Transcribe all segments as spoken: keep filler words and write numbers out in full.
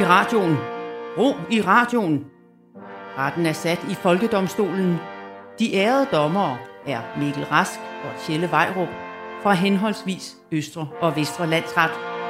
radioen. Ro i radioen. Retten er sat i Folkedomstolen. De ærede dommere er Mikkel Rask og Tjelle Vejrup fra henholdsvis Østre og Vestre Landsret.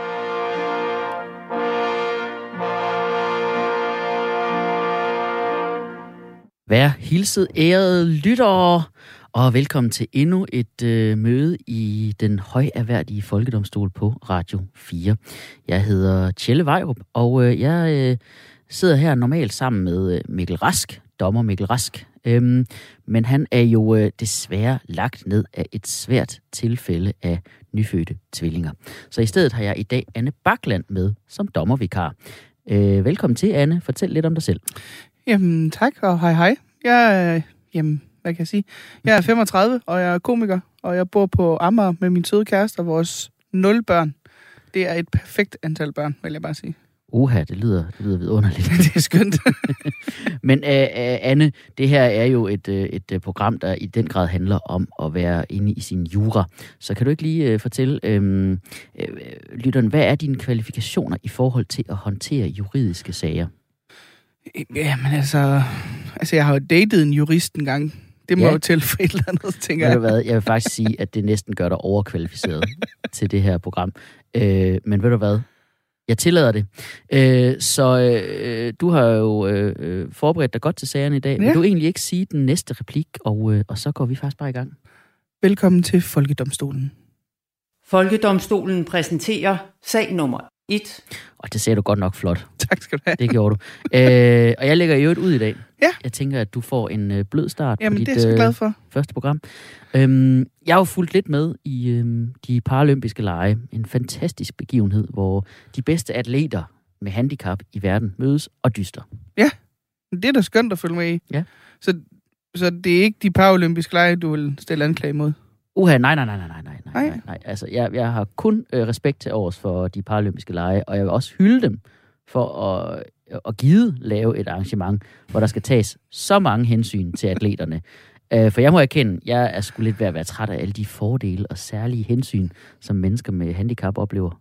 Vær hilset, ærede lyttere, og velkommen til endnu et øh, møde i den højærværdige Folkedomstol på Radio fire. Jeg hedder Tjelle Vejrup, og øh, jeg øh, sidder her normalt sammen med øh, Mikkel Rask, dommer Mikkel Rask. Øhm, men han er jo øh, desværre lagt ned af et svært tilfælde af nyfødte tvillinger. Så i stedet har jeg i dag Anne Bakland med som dommervikar. Øh, velkommen til, Anne. Fortæl lidt om dig selv. Jamen tak, og hej hej. Jeg er, jamen, hvad kan jeg sige? Jeg er femogtredive, og jeg er komiker, og jeg bor på Amager med min søde kæreste og vores nul børn. Det er et perfekt antal børn, vil jeg bare sige. Uha, det lyder, det lyder vidunderligt. Det er skønt. Men uh, uh, Anne, det her er jo et, uh, et uh, program, der i den grad handler om at være inde i sin jura. Så kan du ikke lige uh, fortælle um, uh, lytteren, hvad er dine kvalifikationer i forhold til at håndtere juridiske sager? Jamen altså, altså jeg har jo datet en jurist en gang. Det må ja. jo til for et eller andet, tænker jeg. Hvad? Jeg vil faktisk sige, at det næsten gør dig overkvalificeret til det her program. Øh, men ved du hvad? Jeg tillader det. Øh, så øh, du har jo øh, forberedt dig godt til sagerne i dag. Ja. Vil du egentlig ikke sige den næste replik, og, øh, og så går vi faktisk bare i gang. Velkommen til Folkedomstolen. Folkedomstolen præsenterer sag nummer et. Og det ser du godt nok flot. Tak skal du have. Det gjorde du. Øh, og jeg lægger jo et ud i dag. Ja. Jeg tænker, at du får en øh, blød start. Jamen, på dit det er jeg så glad for. Øh, første program. Øhm, jeg har jo fulgt lidt med i øh, de paralympiske lege. En fantastisk begivenhed, hvor de bedste atleter med handicap i verden mødes og dyster. Ja, det er da skønt at følge med i. Ja. Så, så det er ikke de paralympiske lege, du vil stille anklage imod? Uha, nej, nej, nej, nej, nej, nej, nej. nej, nej. Altså, jeg, jeg har kun øh, respekt til overs for de paralympiske lege, og jeg vil også hylde dem for at, at give lave et arrangement, hvor der skal tages så mange hensyn til atleterne. Øh, for jeg må erkende, jeg er sgu lidt ved at være træt af alle de fordele og særlige hensyn, som mennesker med handicap oplever.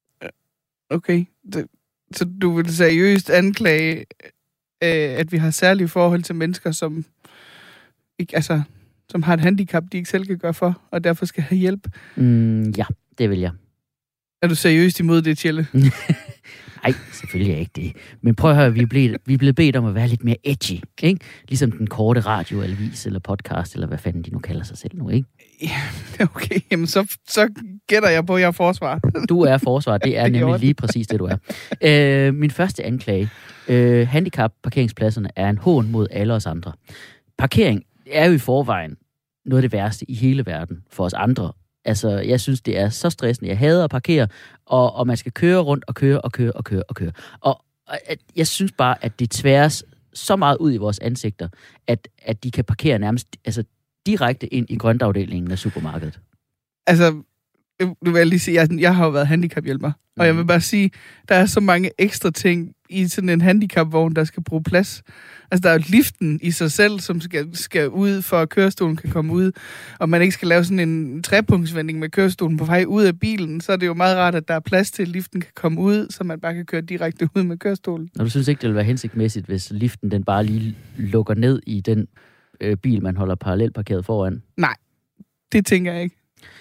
Okay, så du vil seriøst anklage, øh, at vi har særlige forhold til mennesker, som ikke, altså... som har et handicap, de ikke selv kan gøre for, og derfor skal have hjælp? Mm, ja, det vil jeg. Er du seriøst imod det, Tjelle? Nej, selvfølgelig er ikke det. Men prøv at høre, vi er, blevet, vi er blevet bedt om at være lidt mere edgy, ikke? Ligesom den korte radioavis eller podcast, eller hvad fanden de nu kalder sig selv nu, ikke? Ja, okay. Jamen, så, så gætter jeg på, at jeg er forsvar. Du er forsvar, det er nemlig lige præcis det, du er. Øh, min første anklage. Øh, handicap-parkeringspladserne er en hån mod alle os andre. Parkering er jo i forvejen noget af det værste i hele verden for os andre. Altså, jeg synes, det er så stressende. Jeg hader at parkere, og, og man skal køre rundt og køre og køre og køre og køre. Og, og jeg synes bare, at det tværes så meget ud i vores ansigter, at, at de kan parkere nærmest altså, direkte ind i grøntafdelingen af supermarkedet. Altså, du vil lige sige, jeg, jeg har jo været handicaphjælper, mm. og jeg vil bare sige, der er så mange ekstra ting i sådan en handicapvogn, der skal bruge plads. Altså, der er jo liften i sig selv, som skal, skal ud, for at kørestolen kan komme ud, og man ikke skal lave sådan en trepunktsvending med kørestolen på vej ud af bilen, så er det jo meget rart, at der er plads til, at liften kan komme ud, så man bare kan køre direkte ud med kørestolen. Og du synes ikke, det vil være hensigtsmæssigt, hvis liften den bare lige lukker ned i den øh, bil, man holder parallelt parkeret foran? Nej, det tænker jeg ikke.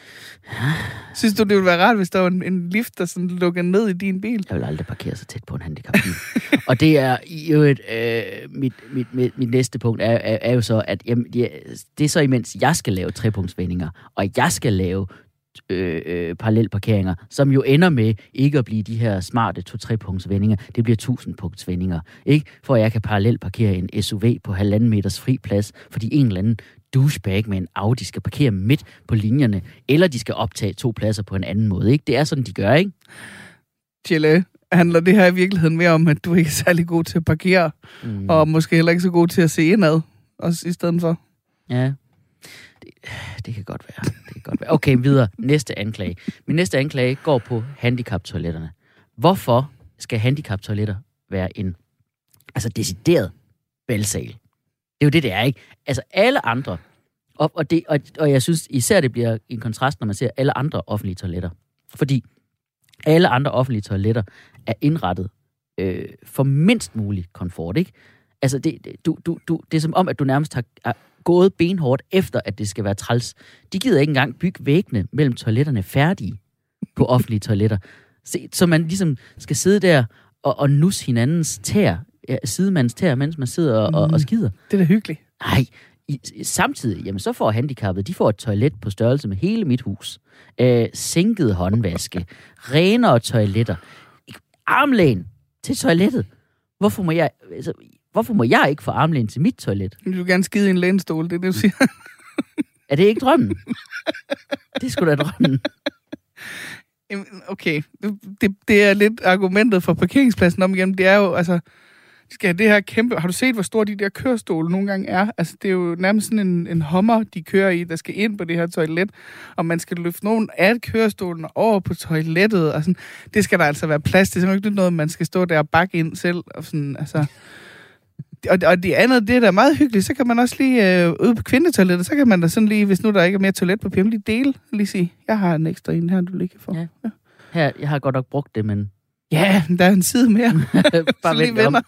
Synes du, det ville være rart, hvis der var en, en lift, der sådan lukker ned i din bil? Jeg vil aldrig parkere så tæt på en handicapbil. Og det er jo et, øh, mit, mit, mit, mit næste punkt er, er, er jo så, at jamen, det, det er så imens jeg skal lave trepunktsvendinger, og jeg skal lave øh, øh, parallelparkeringer, som jo ender med ikke at blive de her smarte to-trepunktsvendinger. Det bliver tusindpunktsvendinger, ikke? For at jeg kan parallelparkere en S U V på halvanden meters fri plads, fordi en eller anden douchebag med en Audi skal parkere midt på linjerne, eller de skal optage to pladser på en anden måde, ikke? Det er sådan, de gør, ikke? Tjelle, handler det her i virkeligheden mere om, at du ikke er særlig god til at parkere, mm. og måske heller ikke så god til at se indad, også i stedet for? Ja, det, det kan godt være. Det kan godt være. Okay, videre. Næste anklage. Min næste anklage går på handicaptoiletterne. Hvorfor skal handicaptoiletter være en altså decideret balsal? Det er jo det, det er, ikke? Altså alle andre, og, og, det, og, og jeg synes især, det bliver en kontrast, når man ser alle andre offentlige toiletter. Fordi alle andre offentlige toiletter er indrettet øh, får mindst mulig komfort, ikke? Altså, det, du, du, du, det er som om, at du nærmest har, har gået benhårdt efter, at det skal være træls. De gider ikke engang bygge væggene mellem toiletterne færdige på offentlige toiletter. Se, så man ligesom skal sidde der og, og nusse hinandens tær, ja, sidemands tær, mens man sidder og, mm. og, og skider. Det er da hyggeligt. Nej, i, samtidig, jamen så får handicappede, de får et toilet på størrelse med hele mit hus. Øh, sænkede håndvaske, renere toiletter, armlæn til toilettet. Hvorfor må jeg, altså, hvorfor må jeg ikke få armlæn til mit toilet? Du vil gerne skide i en lænestol, det er det, du siger. Er det ikke drømmen? Det er sgu da drømmen. Okay, det, det er lidt argumentet for parkeringspladsen om igen. Det er jo, altså, skal det her kæmpe... Har du set, hvor store de der kørestole nogle gange er? Altså, det er jo nærmest sådan en, en hummer, de kører i, der skal ind på det her toilet, og man skal løfte nogen af kørestolen over på toilettet, og sådan. Det skal der altså være plads til. Det er simpelthen ikke noget, man skal stå der og bakke ind selv, og sådan, altså... Og, og det andet, det er da meget hyggeligt. Så kan man også lige øh, ude på kvindetoilettet, så kan man da sådan lige, hvis nu der ikke er mere toiletpapir, lige dele, lige sige, jeg har en ekstra en her, du lige kan få. Ja. Ja. Her, jeg har godt nok brugt det, men... Ja, der er en side mere. Bare så lige venner.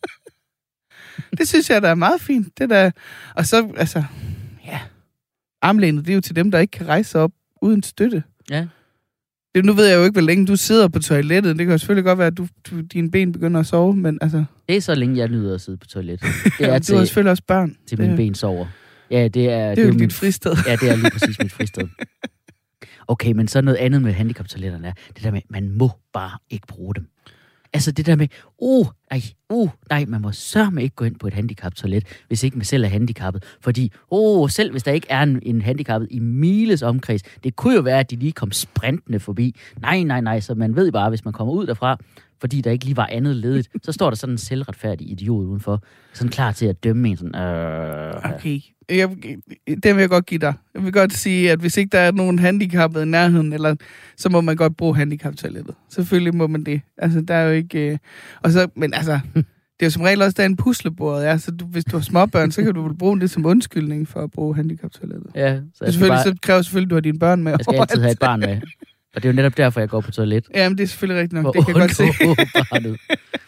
Det synes jeg, der er meget fint. Det der... Og så, altså... Ja. Armlænet, det er jo til dem, der ikke kan rejse sig op uden støtte. Ja. Det, nu ved jeg jo ikke, hvor længe du sidder på toilettet. Det kan jo selvfølgelig godt være, at du, du, dine ben begynder at sove, men altså... Det er så længe, jeg nyder at sidde på toilettet. Det er du til, har selvfølgelig også børn. til mine ben sover. Ja, det er... Det er det jo er dit mit fristed. Ja, det er lige præcis mit fristed. Okay, men så noget andet med handicaptoiletterne er, det der med, man må bare ikke bruge dem. Altså det der med, uh, ej, uh, nej, man må sørme ikke gå ind på et handicaptoilet, hvis ikke man selv er handicappet. Fordi, uh, selv hvis der ikke er en, en handicappet i miles omkreds, det kunne jo være, at de lige kom sprintende forbi. Nej, nej, nej, så man ved bare, hvis man kommer ud derfra, fordi der ikke lige var andet ledigt, så står der sådan en selvretfærdig idiot udenfor, sådan klar til at dømme en sådan, øh... Okay, jeg, det vil jeg godt give dig. Jeg vil godt sige, at hvis ikke der er nogen handicappede i nærheden, eller, så må man godt bruge handicaptoilettet. Selvfølgelig må man det. Altså, der er jo ikke... Øh... Og så, men altså, det er jo som regel også, der er en puslebord. Ja, så du, hvis du har småbørn, så kan du vel bruge det som undskyldning for at bruge handicaptoilettet. Ja, så, så, selvfølgelig, bare... så kræver selvfølgelig, at du har dine børn med. Jeg skal altid have et barn med. Og det er jo netop derfor, jeg går på toilet. Jamen, det er selvfølgelig rigtigt nok. Det kan jeg godt se. Barnet.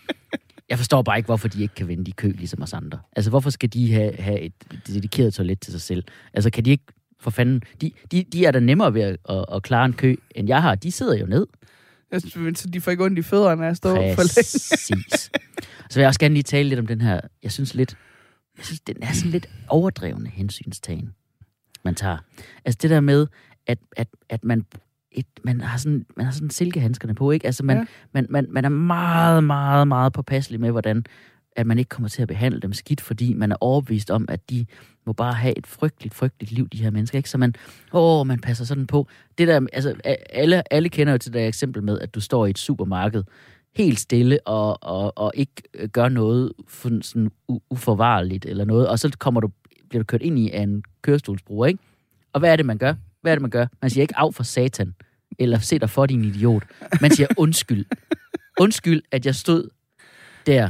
Jeg forstår bare ikke, hvorfor de ikke kan vente i kø, ligesom os andre. Altså, hvorfor skal de have, have et dedikeret toilet til sig selv? Altså, kan de ikke, for fanden... De, de, de er da nemmere ved at, at, at klare en kø, end jeg har. De sidder jo ned. Jeg synes, så de får ikke ondt i fødderne af at stå for længe. Præcis. Så vil jeg også gerne lige tale lidt om den her... Jeg synes lidt... Jeg synes, den er sådan lidt overdrevne hensynstagen, man tager. Altså, det der med, at, at, at man... Et, man har sådan man har sådan silkehandskerne på, ikke? Altså man, ja. man, man, man er meget, meget, meget påpasselig med, hvordan at man ikke kommer til at behandle dem skidt, fordi man er overbevist om, at de må bare have et frygteligt, frygteligt liv, de her mennesker, ikke? Så man, åh, man passer sådan på. Det der, altså, alle, alle kender jo til det eksempel med, at du står i et supermarked, helt stille og, og, og ikke gør noget sådan uforvarligt eller noget, og så kommer du, bliver du kørt ind i af en kørestolsbruger, ikke? Og hvad er det, man gør? Hvad er det, man gør? Man siger ikke af for satan, eller se dig for din idiot. Man siger undskyld. Undskyld, at jeg stod der,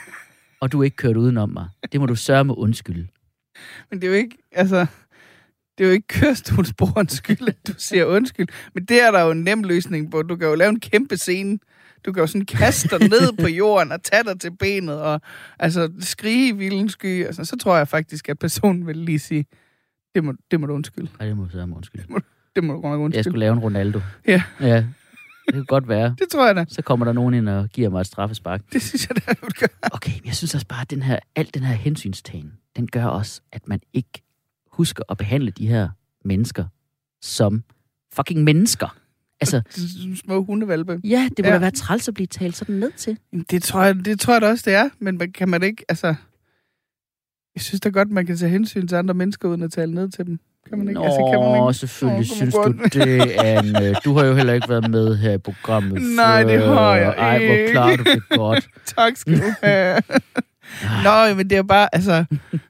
og du ikke kørte udenom mig. Det må du sørge med undskyld. Men det er jo ikke, altså, det er jo ikke kørestolsbrugers skyld, at du siger undskyld. Men det er der jo en nem løsning på. Du kan jo lave en kæmpe scene. Du kan jo sådan kaste dig ned på jorden og tage dig til benet, og altså skrige i vildens sky. Altså, så tror jeg faktisk, at personen vil lige sige, Det må, det må du undskylde. Nej, det må du sige undskyld. Det må, det må du godt nok undskylde. Jeg skulle lave en Ronaldo. Ja. Ja, det kan godt være. Det tror jeg da. Så kommer der nogen ind og giver mig et straffespark. Det synes jeg da, du gør. Okay, men jeg synes også bare, at den her, alt den her hensynstagen, den gør også, at man ikke husker at behandle de her mennesker som fucking mennesker. Altså, små hundevalpe. Ja, det må ja. da være træls at blive talt sådan ned til. Det tror jeg, det tror jeg da også, det er. Men kan man ikke, altså... Jeg synes da godt, man kan tage hensyn til andre mennesker, uden at tale ned til dem. Kan man ikke? Nå, altså, kan man ikke? selvfølgelig Nå, synes du det, Anne. Du har jo heller ikke været med her i programmet. Nej, det har jeg Ej, ikke. hvor klarer du det godt. Tak skal du have. Nå, men det er bare, altså...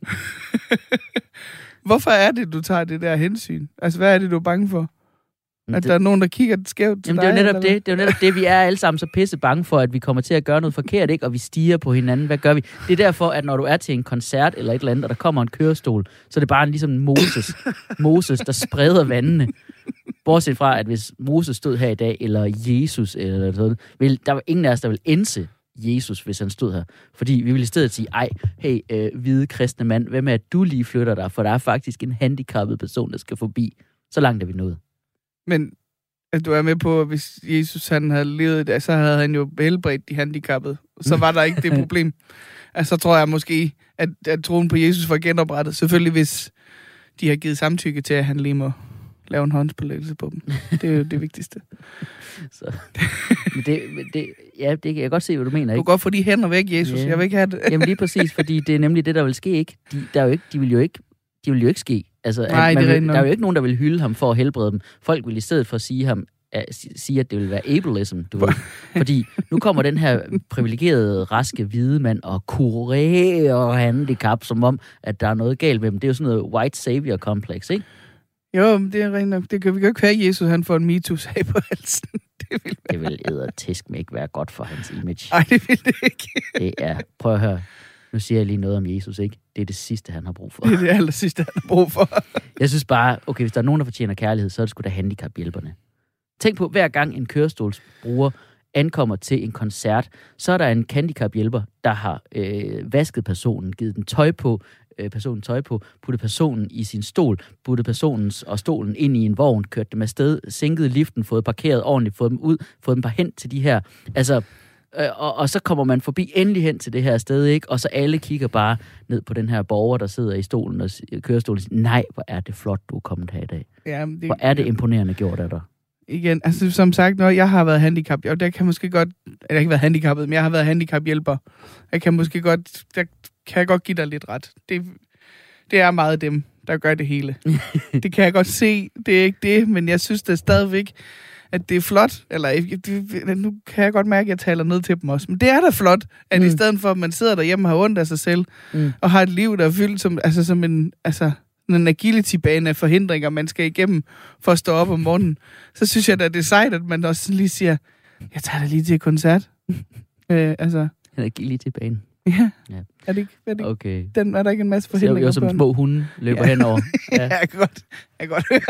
Hvorfor er det, du tager det der hensyn? Altså, hvad er det, du er bange for? At det, der er nogen, der kigger skævt til jamen, dig? Det er jo netop det. Det er jo netop det, vi er alle sammen så pisse bange for, at vi kommer til at gøre noget forkert, ikke? Og vi stiger på hinanden. Hvad gør vi? Det er derfor, at når du er til en koncert eller et eller andet, og der kommer en kørestol, så er det bare ligesom Moses. Moses, der spreder vandene. Bortset fra, at hvis Moses stod her i dag, eller Jesus, eller sådan, vil, der var ingen af os, der vil indse, Jesus, hvis han stod her. Fordi vi ville i stedet sige, ej, hey, øh, hvide kristne mand, hvem er at du lige flytter dig? For der er faktisk en handicappet person, der skal forbi. Så langt er vi nået. Men at du er med på, at hvis Jesus han havde levet det, så havde han jo helbredt de handicappede. Så var der ikke det problem. Altså, så tror jeg måske, at, at troen på Jesus var genoprettet. Selvfølgelig, hvis de har givet samtykke til, at han lige må lave en håndspålæggelse på dem. Det er jo det vigtigste. Så. Men det, men det, ja, det kan jeg godt se, hvad du mener. Du Ikke? kan godt få de hænder væk, Jesus. Ja. Jeg vil ikke have det. Jamen lige præcis, fordi det er nemlig det, der vil ske, ikke? De, der er jo ikke, de vil jo ikke, de vil jo ikke ske. Altså, Nej, at, det er vil, nok. der er jo ikke nogen, der vil hylde ham for at helbrede dem. Folk vil i stedet for sige ham, at, sige, at det vil være ableism, du ved. Fordi nu kommer den her privilegerede, raske, hvide mand og kurerer handicap, som om, at der er noget galt med dem. Det er jo sådan noget white savior-kompleks, ikke? Jo, men det er rent nok. Det kan vi jo ikke have, Jesus han får en MeToo-sag på halsen. Det vil, det vil eddertisk med ikke være godt for hans image. Nej, det vil det ikke. Det er, prøv at høre. Nu siger jeg lige noget om Jesus, ikke? Det er det sidste, han har brug for. Det er det aller sidste, han har brug for. Jeg synes bare, okay, hvis der er nogen, der fortjener kærlighed, så er det sgu da handicaphjælperne. Tænk på, hver gang en kørestolsbruger ankommer til en koncert, så er der en handicaphjælper, der har øh, vasket personen, givet den tøj på, øh, personen tøj på, puttet personen i sin stol, puttet personens og stolen ind i en vogn, kørt dem afsted, sænket liften, fået parkeret ordentligt, fået dem ud, fået dem bare hen til de her, altså, øh, og, og så kommer man forbi endelig hen til det her sted, ikke? Og så alle kigger bare ned på den her borger, der sidder i stolen og kørestolen og siger, nej, hvor er det flot, du er kommet her i dag. Ja, det, hvor er det imponerende gjort af dig. Igen, altså som sagt, når jeg har været handicap, og der kan måske godt, eller jeg har ikke været handicappet, men jeg har været handicaphjælper. Jeg kan måske godt, der kan jeg godt give dig lidt ret. Det, det er meget dem, der gør det hele. Det kan jeg godt se, det er ikke det, men jeg synes det stadigvæk, at det er flot, eller det, nu kan jeg godt mærke, at jeg taler ned til dem også, men det er da flot, at mm. i stedet for, at man sidder derhjemme og har ondt af sig selv, mm. og har et liv, der er fyldt som, altså, som en, altså, en agility-bane af forhindringer, man skal igennem for at stå op om morgenen, så synes jeg da, det er sejt, at man også lige siger, jeg tager da lige til koncert. øh, altså. En agility-bane. Ja. ja. Er det ikke? Er det ikke? Okay. Den, er der ikke en masse forhindringer på? Det er jo som små hunde løber ja. henover. Ja, ja jeg kan godt, jeg kan godt høre.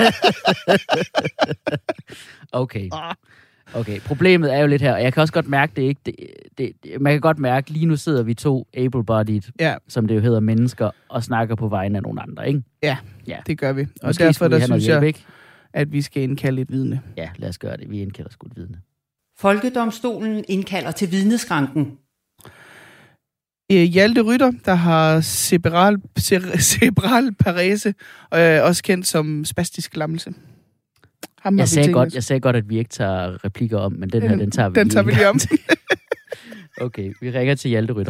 Okay. Okay, problemet er jo lidt her, og jeg kan også godt mærke det ikke. Det, det, det, man kan godt mærke, lige nu sidder vi to able-bodied, ja. som det jo hedder, mennesker, og snakker på vegne af nogle andre, ikke? Ja, ja. Det gør vi. Og måske derfor der synes hjælp, jeg, ikke? At vi skal indkalde et vidne. Ja, lad os gøre det. Vi indkalder sgu et vidne. Folkedomstolen indkalder til vidneskranken. Hjalte Rytter, der har cerebral, cerebral parese, øh, også kendt som spastisk lammelse. Ham jeg, sagde godt, jeg sagde godt, at vi ikke tager replikker om, men den her, den tager vi Den tager vi lige om. Okay, vi ringer til Hjalte Rytter.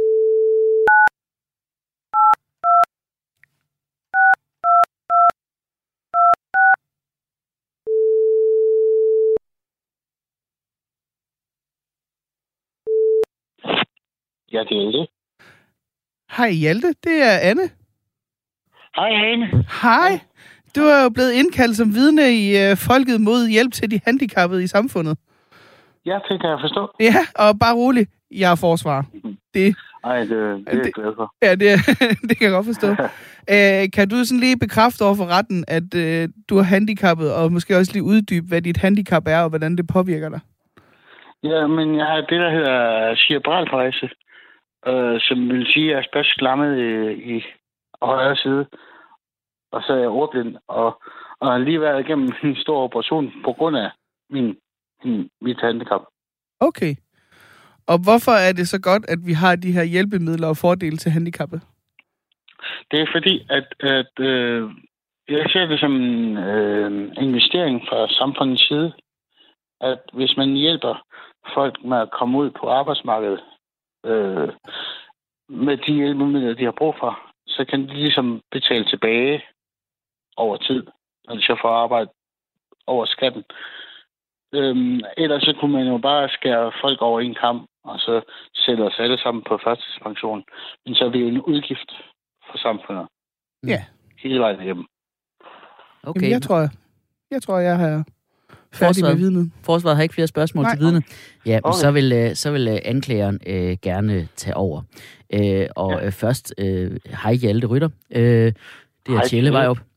Ja, det er det. Hej Hjalte, det er Anne. Hej Anne. Hej. Du er jo blevet indkaldt som vidne i uh, Folket mod hjælp til de handicappede i samfundet. Ja, det kan jeg forstå. Ja, og bare rolig, jeg er forsvar. Det, Ej, det, det er jeg glad for. Ja, det, det kan jeg godt forstå. uh, kan du sådan lige bekræfte over for retten, at uh, du er handicappet, og måske også lige uddybe, hvad dit handicap er, og hvordan det påvirker dig? Ja, men jeg har det, der hedder cerebral parese, øh, som vil sige, at jeg er spastisk lammet i, i højre side. Og så er jeg ordblind, og, og har lige været igennem en stor operation på grund af min, min, mit handicap. Okay. Og hvorfor er det så godt, at vi har de her hjælpemidler og fordele til handicappede? Det er fordi, at, at øh, jeg ser det som en øh, investering fra samfundets side. At hvis man hjælper folk med at komme ud på arbejdsmarkedet øh, med de hjælpemidler, de har brug for, så kan de ligesom betale tilbage over tid, når de så får arbejde over skatten. Øhm, ellers så kunne man jo bare skære folk over en kamp, og så sætte os alle sammen på førtidspension. Men så er vi jo en udgift for samfundet. Ja. Hele vejen igennem. Okay. Jamen, jeg tror, jeg, jeg tror, jeg har færdig med vidnet. Forsvaret har ikke flere spørgsmål Nej. til vidnet. Ja, okay. så vil, så vil anklageren øh, gerne tage over. Øh, og ja. øh, først, øh, hej Hjalte Rytter. Øh, det er Tjelle Vejrup.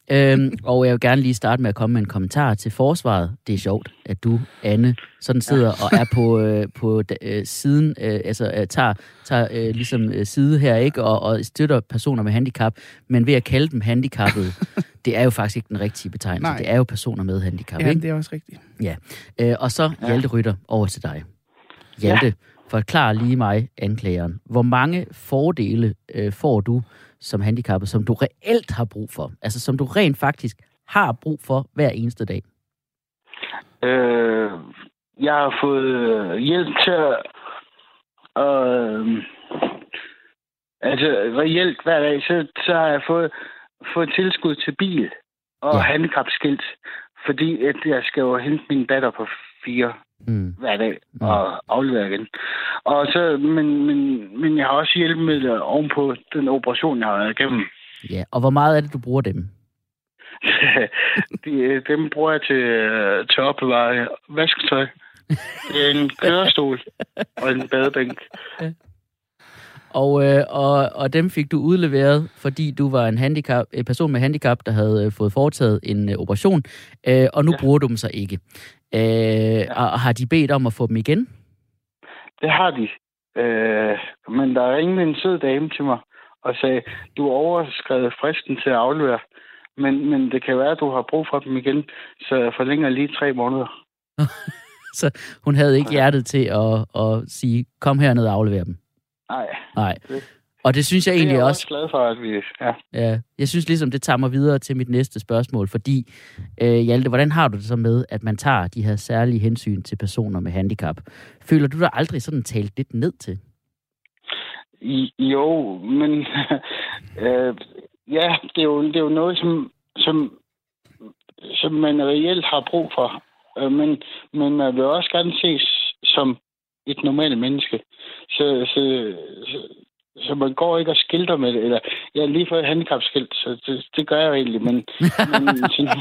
Øhm, og jeg vil gerne lige starte med at komme med en kommentar til forsvaret. Det er sjovt, at du, Anne, sådan sidder og er på, øh, på øh, siden, øh, altså øh, tager, tager øh, ligesom øh, side her, ikke, og, og støtter personer med handicap, men ved at kalde dem handicappede, det er jo faktisk ikke den rigtige betegnelse. Nej. Det er jo personer med handicap, Ja, ikke? det er også rigtigt. Ja. Øh, og så Hjalte Rytter, over til dig. Hjalte, ja. Forklar lige mig, anklageren. Hvor mange fordele øh, får du som handicappet, som du reelt har brug for? Altså, som du rent faktisk har brug for hver eneste dag? Øh, jeg har fået hjælp til at... Øh, altså, reelt hver dag, så, så har jeg fået, fået tilskud til bil og ja. handicapskilt, fordi at jeg skal jo hente min datter på fire mm. hver dag og mm. aflevere igen. Og så, men, men, men jeg har også hjælpemidler ovenpå den operation, jeg har været igennem. Ja, og hvor meget er det, du bruger dem? De, dem bruger jeg til, til at opbevare vasketøj. Det er en kørestol og en badebænk. Ja. Og, øh, og, og dem fik du udleveret, fordi du var en, handicap, en person med handicap, der havde fået foretaget en øh, operation, øh, og nu ja. bruger du dem så ikke. Øh, ja. Og har de bedt om at få dem igen? Det har de. Øh, men der ringede en sød dame til mig og sagde, du har overskredet fristen til at aflevere, men, men det kan være, at du har brug for dem igen, så jeg forlænger lige tre måneder. Så hun havde ikke hjertet til at, at sige, kom herned og aflevere dem? Nej. Nej. Og det synes jeg egentlig også... Det er jeg også også glad for, at vi... Ja. Ja, jeg synes ligesom, det tager mig videre til mit næste spørgsmål, fordi, øh, Hjalte, hvordan har du det så med, at man tager de her særlige hensyn til personer med handicap? Føler du dig aldrig sådan talt lidt ned til? I, jo, men... øh, ja, det er, jo, det er jo noget, som, som, som man reelt har brug for. Øh, men, men man vil også gerne ses som et normalt menneske. Så... så, så Så man går ikke og skilter med det, eller jeg har lige fået et handicapskilt, så det, det gør jeg jo egentlig, men, men sådan,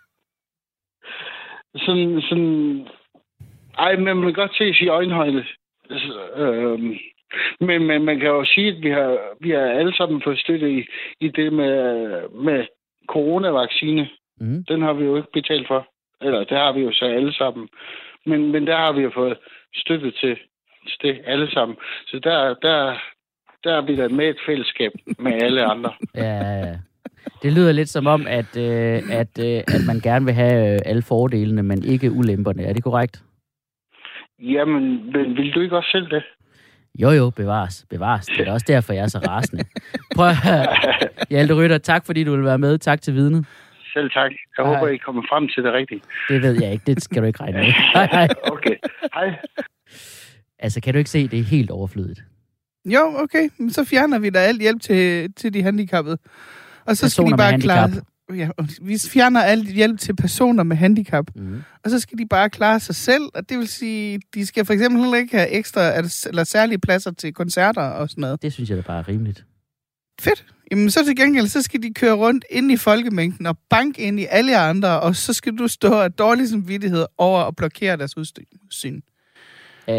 sådan, sådan, ej, men man kan godt ses i øjenhøjde. Øhm, men, men man kan jo sige, at vi har, vi har alle sammen fået støtte i, i det med, med coronavaccine. Mm. Den har vi jo ikke betalt for, eller det har vi jo så alle sammen. Men, men der har vi jo fået støtte til, til det alle sammen. Så der, der Der er vi da med et fællesskab med alle andre. Ja, det lyder lidt som om, at, øh, at, øh, at man gerne vil have øh, alle fordelene, men ikke ulemperne. Er det korrekt? Jamen, men vil du ikke også selv det? Jo, jo, bevares, bevares. Det er også derfor, jeg er så rasende. Prøv at høre. Hjalte Rytter, tak fordi du vil være med. Tak til vidnet. Selv tak. Jeg hej. håber, I kommer frem til det rigtige. Det ved jeg ikke. Det skal du ikke regne med. Hej, hej. Okay. Hej. Altså, kan du ikke se, det er helt overflødigt? Jo, okay. Men så fjerner vi da alt hjælp til, til de handicappede. Og så personer skal de bare klare... Ja, vi fjerner alt hjælp til personer med handicap. Mm. Og så skal de bare klare sig selv. Og det vil sige, de skal for eksempel heller ikke have ekstra eller særlige pladser til koncerter og sådan noget. Det synes jeg da bare er rimeligt. Fedt. Jamen så til gengæld, så skal de køre rundt ind i folkemængden og banke ind i alle andre, og så skal du stå af dårlig samvittighed over at blokere deres udsyn. Øh...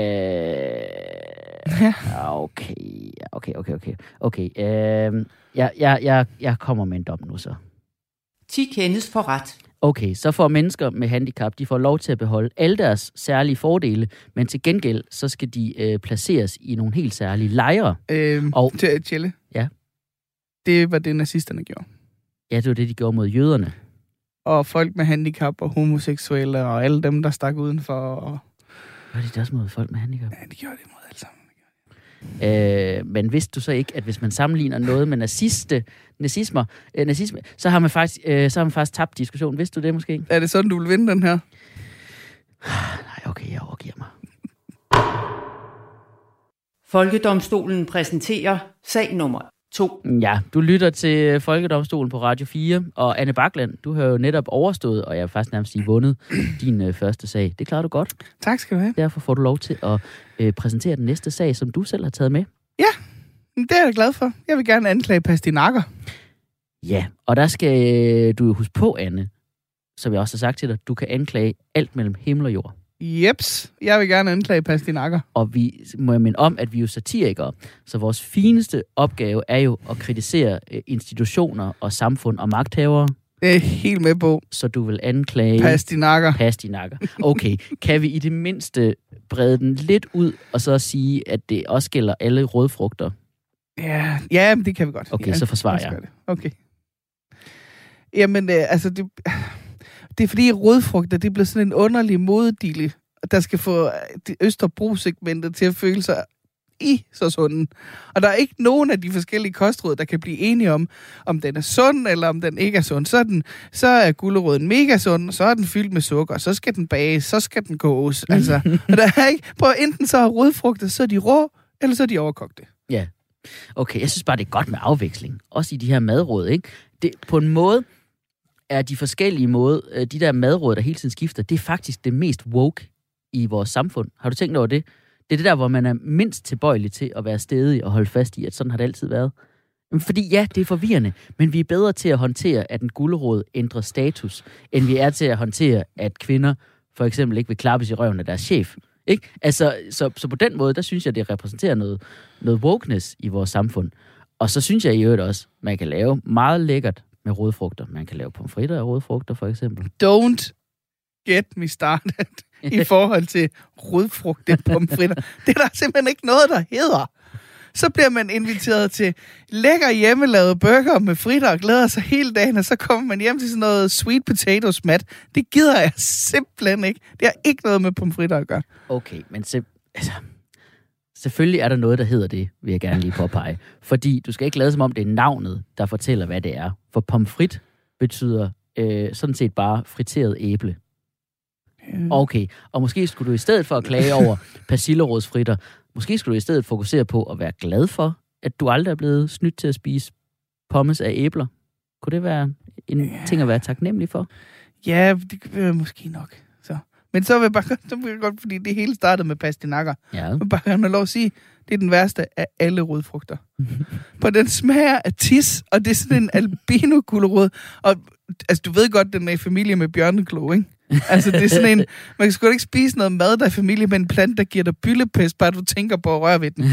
Okay, okay, okay, okay. Okay, øh... jeg, jeg, jeg, jeg kommer med en dom nu så. ti kendes for ret. Okay, så får mennesker med handicap, de får lov til at beholde alle deres særlige fordele, men til gengæld, så skal de øh, placeres i nogle helt særlige lejre. Øhm, og til Tjelle. Ja. Det var det, nazisterne gjorde. Ja, det var det, de gjorde mod jøderne. Og folk med handicap og homoseksuelle og alle dem, der stak udenfor. Og... Var det også mod folk med handicap? Ja, de gjorde det mod alle sammen. Øh, men vidste du så ikke, at hvis man sammenligner noget med naziste, nazismer, øh, nazisme, så har man faktisk, øh, så har man faktisk tabt diskussionen. Vidste du det måske? Er det sådan, du vil vinde den her? Nej, okay, jeg overgiver mig. Folkedomstolen præsenterer sag nummer to. Ja, du lytter til Folkedomstolen på Radio fire, og Anne Bakland, du har jo netop overstået, og jeg vil faktisk nærmest sige vundet, din øh, første sag. Det klarer du godt. Tak skal du have. Derfor får du lov til at øh, præsentere den næste sag, som du selv har taget med. Ja, det er jeg glad for. Jeg vil gerne anklage pastinakker. Ja, og der skal øh, du jo huske på, Anne, som jeg også har sagt til dig, du kan anklage alt mellem himmel og jord. Jeps, jeg vil gerne anklage pastinakker. Og vi må jeg minde om, at vi er jo satirikere, så vores fineste opgave er jo at kritisere institutioner og samfund og magthavere. Det er helt med på. Så du vil anklage... Pastinakker. Pastinakker. Okay, kan vi i det mindste brede den lidt ud, og så sige, at det også gælder alle rødfrugter? Ja, ja, men det kan vi godt. Okay, ja, så forsvarer jeg. Det. Okay. Jamen, øh, altså, det, det er fordi rødfrugter, det bliver sådan en underlig modedille, der skal få det Østerbro-segmentet til at føle sig i så sunden. Og der er ikke nogen af de forskellige kostråd, der kan blive enige om, om den er sund, eller om den ikke er sund. Så er, den, så er gulerøden mega sund, og så er den fyldt med sukker, så skal den bages, så skal den koges. Altså, og der er ikke, på enten så er rødfrugter, så er de rå, eller så er de overkogte. Ja. Okay, jeg synes bare, det er godt med afveksling. Også i de her madråd, ikke? Det, på en måde er de forskellige måder, de der madråd, der hele tiden skifter, det er faktisk det mest woke i vores samfund. Har du tænkt over det? Det er det der, hvor man er mindst tilbøjelig til at være stædig og holde fast i, at sådan har det altid været. Fordi ja, det er forvirrende, men vi er bedre til at håndtere, at en gulerod ændrer status, end vi er til at håndtere, at kvinder for eksempel ikke vil klappes i røven af deres chef. Ikke? Altså, så, så på den måde, der synes jeg, det repræsenterer noget, noget wokeness i vores samfund. Og så synes jeg i øvrigt også, man kan lave meget lækkert med rødfrugter. Man kan lave pomfritter af rødfrugter, for eksempel. Don't get me started i forhold til rødfrugte pomfritter. Det er der simpelthen ikke noget, der hedder. Så bliver man inviteret til lækker hjemmelavet burger med fritter og glæder sig hele dagen, og så kommer man hjem til sådan noget sweet potato smat. Det gider jeg simpelthen ikke. Det har ikke noget med pomfritter at gøre. Okay, men se, altså, selvfølgelig er der noget, der hedder det, vil jeg gerne lige påpege. Fordi du skal ikke lade som om, det er navnet, der fortæller, hvad det er. For pomfrit betyder øh, sådan set bare friteret æble. Okay, og måske skulle du i stedet for at klage over persillerådsfritter, måske skulle du i stedet fokusere på at være glad for, at du aldrig er blevet snydt til at spise pommes af æbler. Kunne det være en ja. ting at være taknemmelig for? Ja, det kan være måske nok. Så. Men så vil jeg bare så vil jeg godt, fordi det hele startede med pastinakker. Ja. Jeg vil bare gerne have lov at sige, det er den værste af alle rødfrugter. For den smager af tis, og det er sådan en albino-gulerod. Og altså, du ved godt, den er i familie med bjørneklo, ikke? Altså, det er sådan en... Man kan sgu da ikke spise noget mad, der er i familie med en plante, der giver dig byllepest, bare du tænker på at røre ved den.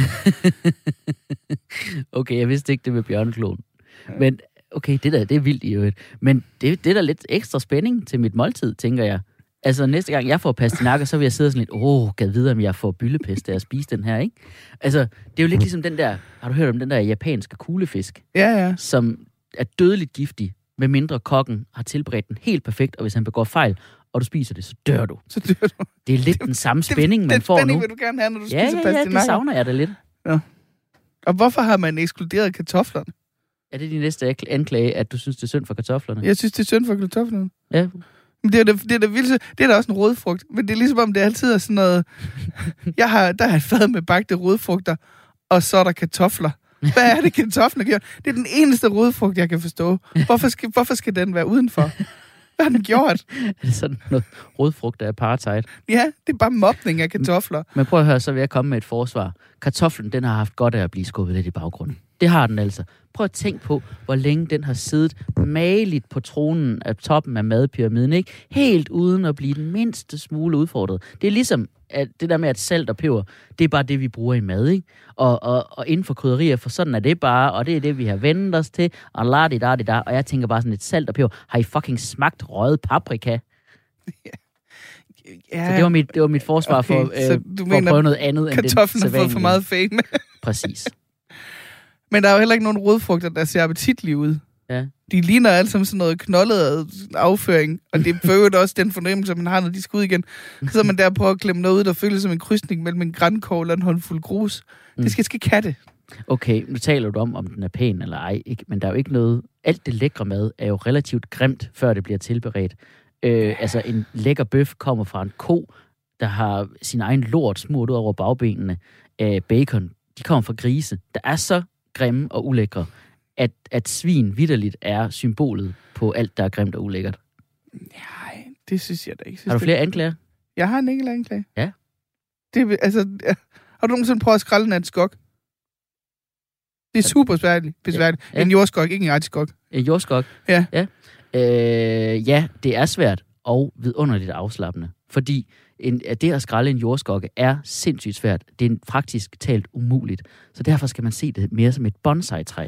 Okay, jeg vidste ikke det med bjørnekloen. Men okay, det der, det er vildt i øvrigt. Men det, det er da lidt ekstra spænding til mit måltid, tænker jeg. Altså, næste gang jeg får pastinakker, så vil jeg sidde sådan lidt, åh, gad vide, om jeg får byllepest af at spise den her, ikke? Altså, det er jo lidt ligesom den der... Har du hørt om den der japanske kuglefisk? Ja, ja. Som er dødeligt giftig, med mindre kokken har tilberedt den helt perfekt, og hvis han begår fejl, og du spiser det, så dør du. Så dør du. Det er lidt det, den samme spænding, det, man den får spænding nu. vil du gerne have, når du ja, spiser ja, pastinakker. Ja, det savner jeg da lidt. Ja. Og hvorfor har man ekskluderet kartoflerne? Er det din næste anklage, at du synes, det er synd for kartoflerne? Jeg synes, det er synd for kartoflerne. Ja. Men det er, det, det, er, det, vildt, det er da også en rødfrugt, men det er ligesom om, det altid er sådan noget... Jeg har, der er et fad med bagte rødfrugter, og så er der kartofler. Hvad er det, kartofler gør? Det er den eneste rødfrugt, jeg kan forstå. Hvorfor skal, hvorfor skal den være udenfor? Hvad har den gjort? Er det sådan noget rødfrugt af apartheid? Ja, det er bare mobning af kartofler. Men prøv at høre, så vil jeg komme med et forsvar. Kartoflen, den har haft godt af at blive skubbet lidt i baggrunden. Det har den altså. Prøv at tænke på, hvor længe den har siddet mageligt på tronen af toppen af madpyramiden, ikke? Helt uden at blive den mindste smule udfordret. Det er ligesom at det der med, at salt og peber, det er bare det, vi bruger i mad, ikke? Og, og, og inden for krydderier, for sådan er det bare, og det er det, vi har vendt os til, og la di da di da, og jeg tænker bare sådan lidt salt og peber. Har I fucking smagt røget paprika? Ja. Ja. Så det var mit, det var mit forsvar okay, for, øh, du for at prøve noget andet end det. Kartoflen har fået for meget fame. Præcis. Men der er jo heller ikke nogen rødfrugter, der ser appetitlige ud. Ja. De ligner alle sammen sådan noget knoldet afføring, og det fører også den fornemmelse, man har, når de skal ud igen. Så man der på at klemme noget ud, der føles som en krydsning mellem en grankogl og en håndfuld grus. Mm. Det skal skal katte. Okay, nu taler du om, om den er pæn eller ej, ikke? Men der er jo ikke noget... Alt det lækre mad er jo relativt grimt, før det bliver tilberedt. Øh, altså, en lækker bøf kommer fra en ko, der har sin egen lort smurt ud over bagbenene. Øh, bacon, de kommer fra grise. Der er så grimme og ulækre, at, at svin vitterligt er symbolet på alt, der er grimt og ulækkert. Nej, det synes jeg da ikke. Har du flere anklager? Jeg har en enkelt anklage. Ja. Det, altså, har du nogensinde prøvet at skrælle en skok? Det er super besværligt. besværligt. Ja. En jordskok, ikke en artiskok. En jordskok? Ja. Ja. Øh, ja, det er svært og vidunderligt afslappende. Fordi en, at det at skrælle en jordskokke er sindssygt svært. Det er praktisk talt umuligt. Så derfor skal man se det mere som et bonsai-træ,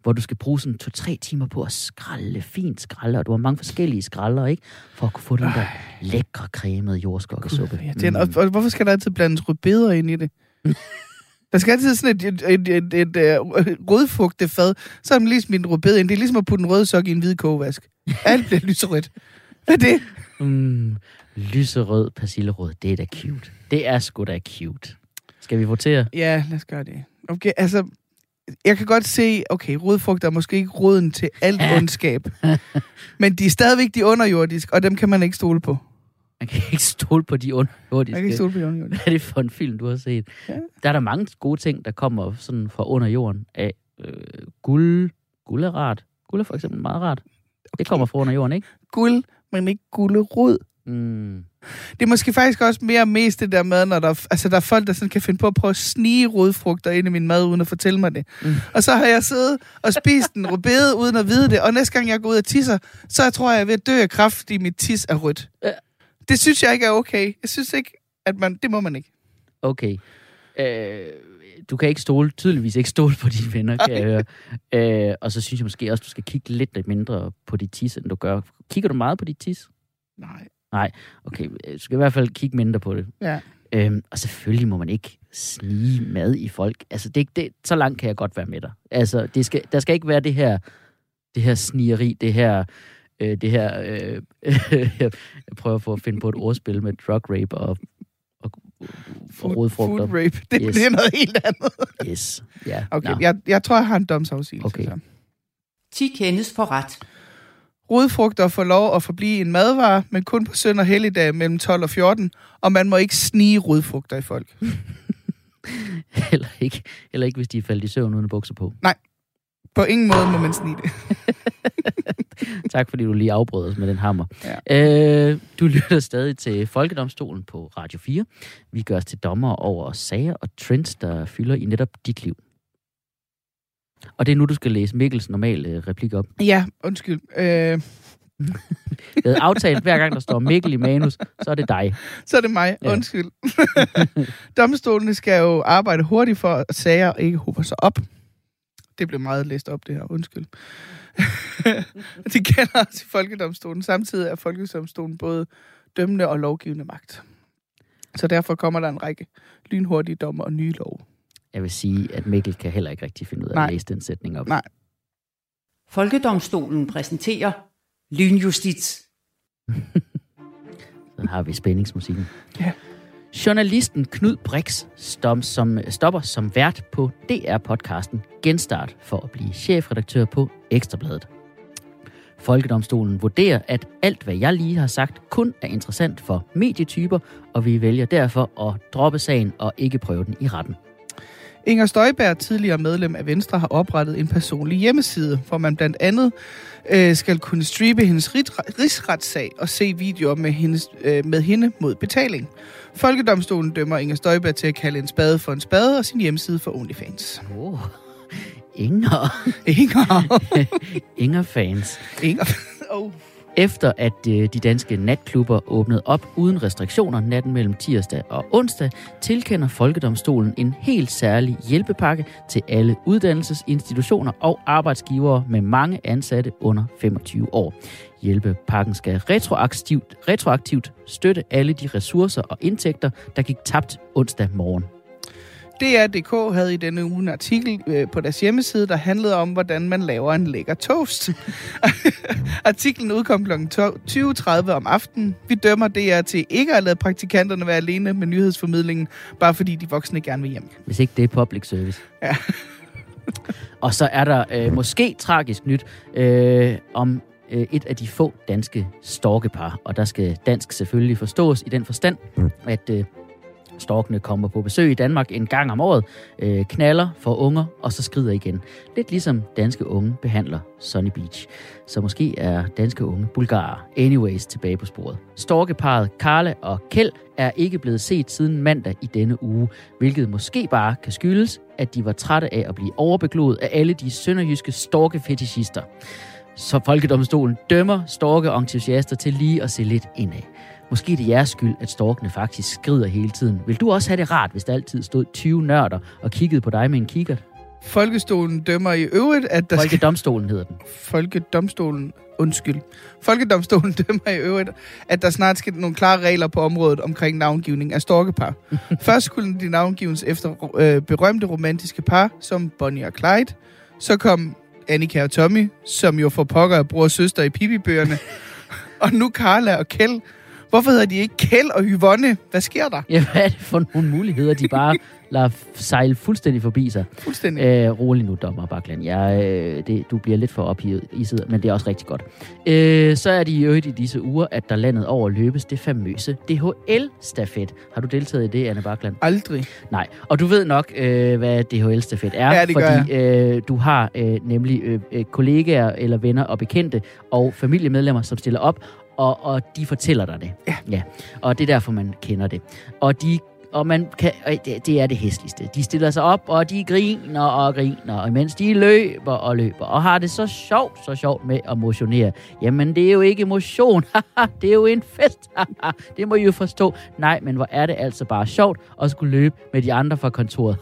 hvor du skal bruge sådan to-tre timer på at skralde, fint skralde, og du har mange forskellige skralder, ikke? For at kunne få den der lækre cremede jordskokkesuppe. Ja, mm. og, og hvorfor skal der altid blandes rødbeder ind i det? Der skal altid sådan et, et, et, et, et, et rødfugtefad, så er man lige smidt en rødbede ind. Det er ligesom at putte en rød sok i en hvid kogevask. Alt bliver lyserødt. Hvad er det? Mm, lyserød persillerød, det er da cute. Det er sgu da cute. Skal vi votere? Ja, lad os gøre det. Okay, altså, jeg kan godt se, okay, rodfrugter er måske ikke roden til alt ondskab. Men de er stadigvæk de underjordiske, og dem kan man ikke stole på. Man kan ikke stole på de underjordiske. Man kan ikke stole på de underjordiske. Hvad er det for en film, du har set? Ja. Der er der mange gode ting, der kommer sådan fra under jorden af øh, guld. Guld er rart. Guld er for eksempel meget rart. Okay. Det kommer fra under jorden, ikke? Guld, men ikke gulderod. Mm. Det er måske faktisk også mere mest det der med, når der, altså der er folk, der sådan kan finde på at prøve at snige rodfrugter ind i min mad, uden at fortælle mig det. Mm. Og så har jeg siddet og spist en rødbede, uden at vide det, og næste gang jeg går ud og tisser, så jeg tror jeg, jeg er ved at dø af kræft, fordi mit tis er rødt. Ja. Det synes jeg ikke er okay. Jeg synes ikke, at man, det må man ikke. Okay. Øh, du kan ikke stole, tydeligvis ikke stole på dine venner, kan jeg høre. Øh, og så synes jeg måske også, du skal kigge lidt mindre på dit tis, end du gør. Kigger du meget på dit tis? Nej. Nej, okay. Du skal i hvert fald kigge mindre på det. Ja. Øhm, og selvfølgelig må man ikke snige mad i folk. Altså, det, det, så langt kan jeg godt være med dig. Altså, det skal, der skal ikke være det her, det her snigeri, det her, øh, det her, øh, jeg prøver for at finde på et ordspil med drug rape og, og, og rodfrugter. Food rape, det, yes. Det er noget helt andet. Yes, ja. Yeah. Okay, no. jeg, jeg tror, jeg har en domsafsigelse. Okay. Så. ti kendes for ret. Rodfrugter får lov at forblive en madvare, men kun på søn- og helligdag mellem tolv og fjorten, og man må ikke snige rodfrugter i folk. heller, ikke, heller ikke, hvis de er faldet i søvn uden bukser på. Nej, på ingen måde må man snige det. Tak, fordi du lige afbrød os med den hammer. Ja. Øh, du lytter stadig til Folkedomstolen på Radio fire. Vi gør os til dommer over sager og trends, der fylder i netop dit liv. Og det er nu, du skal læse Mikkels normale replik op. Ja, undskyld. Øh... Jeg havde aftalt, hver gang der står Mikkel i manus, så er det dig. Så er det mig. Ja. Undskyld. Domstolene skal jo arbejde hurtigt for, at sager ikke hober sig op. Det blev meget læst op, det her. Undskyld. Det gælder også i Folkedomstolen. Samtidig er Folkedomstolen både dømmende og lovgivende magt. Så derfor kommer der en række lynhurtige dommer og nye love. Jeg vil sige, at Mikkel kan heller ikke rigtig finde ud af Nej. at læse den sætning op. Nej. Folkedomstolen præsenterer lynjustits. Så har vi spændingsmusikken. Ja. Journalisten Knud Brix som, som stopper som vært på D R-podcasten Genstart for at blive chefredaktør på Ekstrabladet. Folkedomstolen vurderer, at alt, hvad jeg lige har sagt, kun er interessant for medietyper, og vi vælger derfor at droppe sagen og ikke prøve den i retten. Inger Støjberg, tidligere medlem af Venstre, har oprettet en personlig hjemmeside, hvor man blandt andet øh, skal kunne streame hendes rigsretssag og se videoer med, hendes, øh, med hende mod betaling. Folkedomstolen dømmer Inger Støjberg til at kalde en spade for en spade og sin hjemmeside for OnlyFans. Oh, Inger. Inger. Inger-fans. Inger. Oh. Efter at øh, de danske natklubber åbnede op uden restriktioner natten mellem tirsdag og onsdag, tilkender Folkedomstolen en helt særlig hjælpepakke til alle uddannelsesinstitutioner og arbejdsgivere med mange ansatte under femogtyve år. Hjælpepakken skal retroaktivt, retroaktivt støtte alle de ressourcer og indtægter, der gik tabt onsdag morgen. D R punktum d k havde i denne uge en artikel øh, på deres hjemmeside, der handlede om, hvordan man laver en lækker toast. Artiklen udkom klokken tyve tredive om aftenen. Vi dømmer D R til ikke at lade praktikanterne være alene med nyhedsformidlingen, bare fordi de voksne gerne vil hjem. Hvis ikke det er public service. Ja. Og så er der øh, måske tragisk nyt øh, om øh, et af de få danske storkepar. Og der skal dansk selvfølgelig forstås i den forstand, at øh, storkene kommer på besøg i Danmark en gang om året, øh, knaller for unger, og så skrider igen. Lidt ligesom danske unge behandler Sunny Beach. Så måske er danske unge bulgarer. Anyways, tilbage på sporet. Storkeparret Karla og Kjeld er ikke blevet set siden mandag i denne uge, hvilket måske bare kan skyldes, at de var trætte af at blive overbegloet af alle de sønderjyske storkefetishister. Så Folkedomstolen dømmer storkeentusiaster til lige at se lidt indad. Måske er det jeres skyld, at storkene faktisk skrider hele tiden. Vil du også have det rart, hvis der altid stod tyve nørder og kiggede på dig med en kikkert? Folkestolen dømmer i øvrigt, at der Folkedomstolen hedder den. skal... Folkedomstolen, undskyld. Folkedomstolen dømmer i øvrigt, at der snart skal nogle klare regler på området omkring navngivning af storkepar. Først skulle de navngives efter øh, berømte romantiske par, som Bonnie og Clyde. Så kom Annika og Tommy, som jo får pokker af bror og søster i Pippi-bøgerne. Og nu Carla og Kjeld. Hvorfor hedder de ikke Kjeld og Yvonne? Hvad sker der? Ja, hvad er det for nogle muligheder, de bare lader sejle fuldstændig forbi sig? Fuldstændig. Æh, rolig nu, dommer Bakland. Jeg, øh, det, du bliver lidt for ophidet i siden, men det er også rigtig godt. Æh, så er det i øvrigt i disse uger, at der landet over løbes det famøse D H L-stafet. Har du deltaget i det, Anne Bakland? Aldrig. Nej, og du ved nok, øh, hvad D H L-stafet er, Ja, det fordi øh, du har øh, nemlig øh, øh, kollegaer eller venner og bekendte og familiemedlemmer, som stiller op, og, og de fortæller dig det. Ja. Ja. Og det er derfor, man kender det. Og de Og man kan, det, det er det hæsligste. De stiller sig op, og de griner og griner, og imens de løber og løber, og har det så sjovt, så sjovt med at motionere. Jamen, det er jo ikke motion. Det er jo en fest. Det må I jo forstå. Nej, men hvor er det altså bare sjovt at skulle løbe med de andre fra kontoret.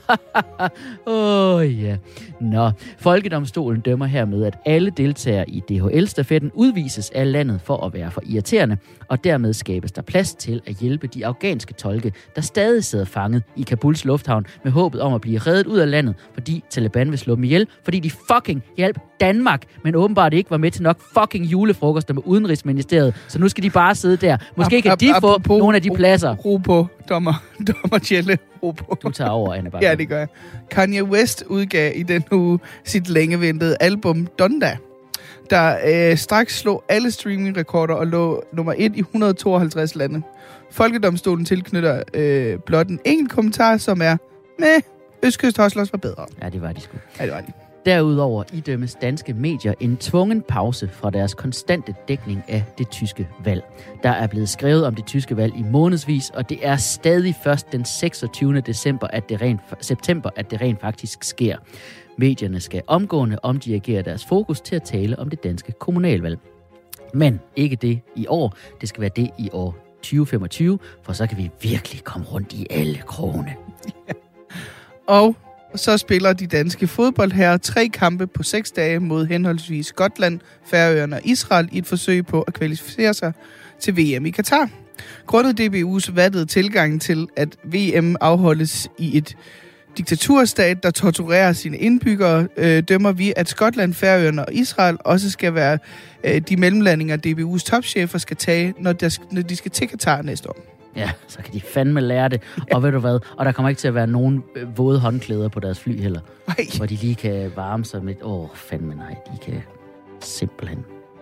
Åh, oh, ja. Yeah. Nå, Folkedomstolen dømmer hermed, at alle deltagere i D H L-stafetten udvises af landet for at være for irriterende, og dermed skabes der plads til at hjælpe de afghanske tolke, der stadig sidder fanget i Kabuls lufthavn med håbet om at blive reddet ud af landet, fordi Taliban vil slå dem ihjel, fordi de fucking hjalp Danmark, men åbenbart ikke var med til nok fucking julefrokoster med Udenrigsministeriet, så nu skal de bare sidde der. Måske kan de få nogle af de pladser. Ro på, dommer, dommer Tjelle. Ro på. Du tager over, Anne Bakker. Ja, det gør jeg. Kanye West udgav i den uge sit længeventede album Donda, der øh, straks slog alle streamingrekorder og lå nummer et i et hundrede og tooghalvtreds lande. Folkedomstolen tilknytter øh, blot en enkelt kommentar, som er, med Østkyst Hustlers var bedre. Ja, det var de sgu. Ja, det var de. Derudover idømmes danske medier en tvungen pause fra deres konstante dækning af det tyske valg. Der er blevet skrevet om det tyske valg i månedsvis, og det er stadig først den seksogtyvende december, at det rent, september, at det rent faktisk sker. Medierne skal omgående omdirigere deres fokus til at tale om det danske kommunalvalg. Men ikke det i år, det skal være det i år tyve femogtyve, for så kan vi virkelig komme rundt i alle krogene. Ja. Og så spiller de danske fodboldherrer tre kampe på seks dage mod henholdsvis Skotland, Færøerne og Israel i et forsøg på at kvalificere sig til V M i Katar. Grundet D B U's vattede tilgang til, at V M afholdes i et diktaturstat, der torturerer sine indbyggere, øh, dømmer vi, at Skotland, Færøerne og Israel også skal være øh, de mellemlandinger, D B U's topchefer skal tage, når, der, når de skal til Katar næste år. Ja, så kan de fandme lære det. Ja. Og ved du hvad? Og der kommer ikke til at være nogen øh, våde håndklæder på deres fly heller. Nej. Hvor de lige kan varme sig med... Åh, oh, fandme nej, de kan simpelthen...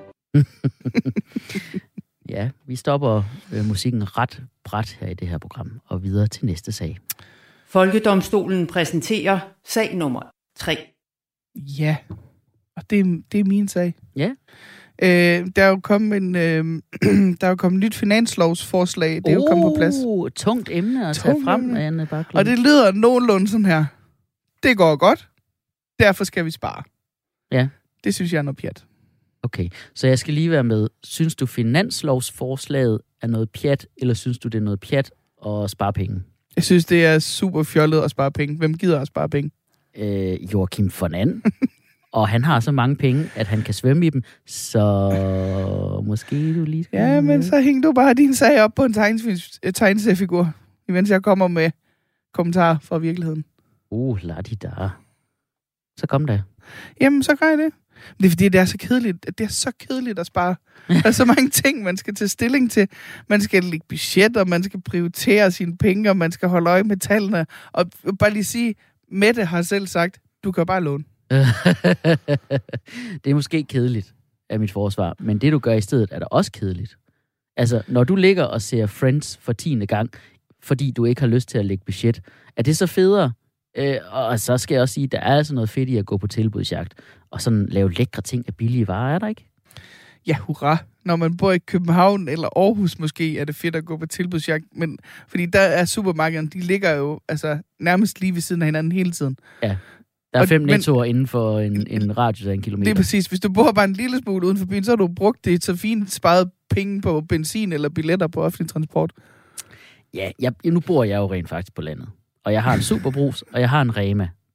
Ja, vi stopper øh, musikken ret bræt her i det her program, og videre til næste sag. Folkedomstolen præsenterer sag nummer tre. Ja, og det er, det er min sag. Ja. Øh, der er jo kommet en, øh, der er jo kommet nyt finanslovsforslag. Det er oh, jo kommet på plads. Tungt emne at tage frem, Anne Bakker. Og det lyder nogenlunde sådan her. Det går godt. Derfor skal vi spare. Ja. Det synes jeg er noget pjat. Okay, så jeg skal lige være med. Synes du finanslovsforslaget er noget pjat, eller synes du det er noget pjat at spare penge? Jeg synes, det er super fjollet at spare penge. Hvem gider at spare penge? Øh, Joachim von And. Og han har så mange penge, at han kan svømme i dem, så måske du lige skal... Ja, men så hæng du bare din sag op på en tegneseriefigur, imens jeg kommer med kommentarer fra virkeligheden. Uh, lad de der. Så kom da. Jamen, så gør jeg det. Det er fordi, det er så kedeligt. Det er så kedeligt at spare. Der er så mange ting, man skal tage stilling til. Man skal lægge budgetter, man skal prioritere sine penge, og man skal holde øje med tallene. Og bare lige sige, Mette har selv sagt, du kan bare låne. Det er måske kedeligt af mit forsvar, men det du gør i stedet er da også kedeligt. Altså, når du ligger og ser Friends for tiende gang, fordi du ikke har lyst til at lægge budget, er det så federe? Øh, og så skal jeg også sige, der er altså noget fedt i at gå på tilbudsjagt, og sådan lave lækre ting af billige varer, er der ikke? Ja, hurra. Når man bor i København eller Aarhus måske, er det fedt at gå på tilbudsjagt, men fordi der er supermarkederne, de ligger jo altså nærmest lige ved siden af hinanden hele tiden. Ja. Der er fem nettoer inden for en, en radius af en kilometer. Det er præcis. Hvis du bor bare en lille smule uden for byen, så har du brugt det så fint sparet penge på benzin eller billetter på offentlig transport. Ja, jeg, nu bor jeg jo rent faktisk på landet. Og jeg har en Superbrus, og jeg har en Rema.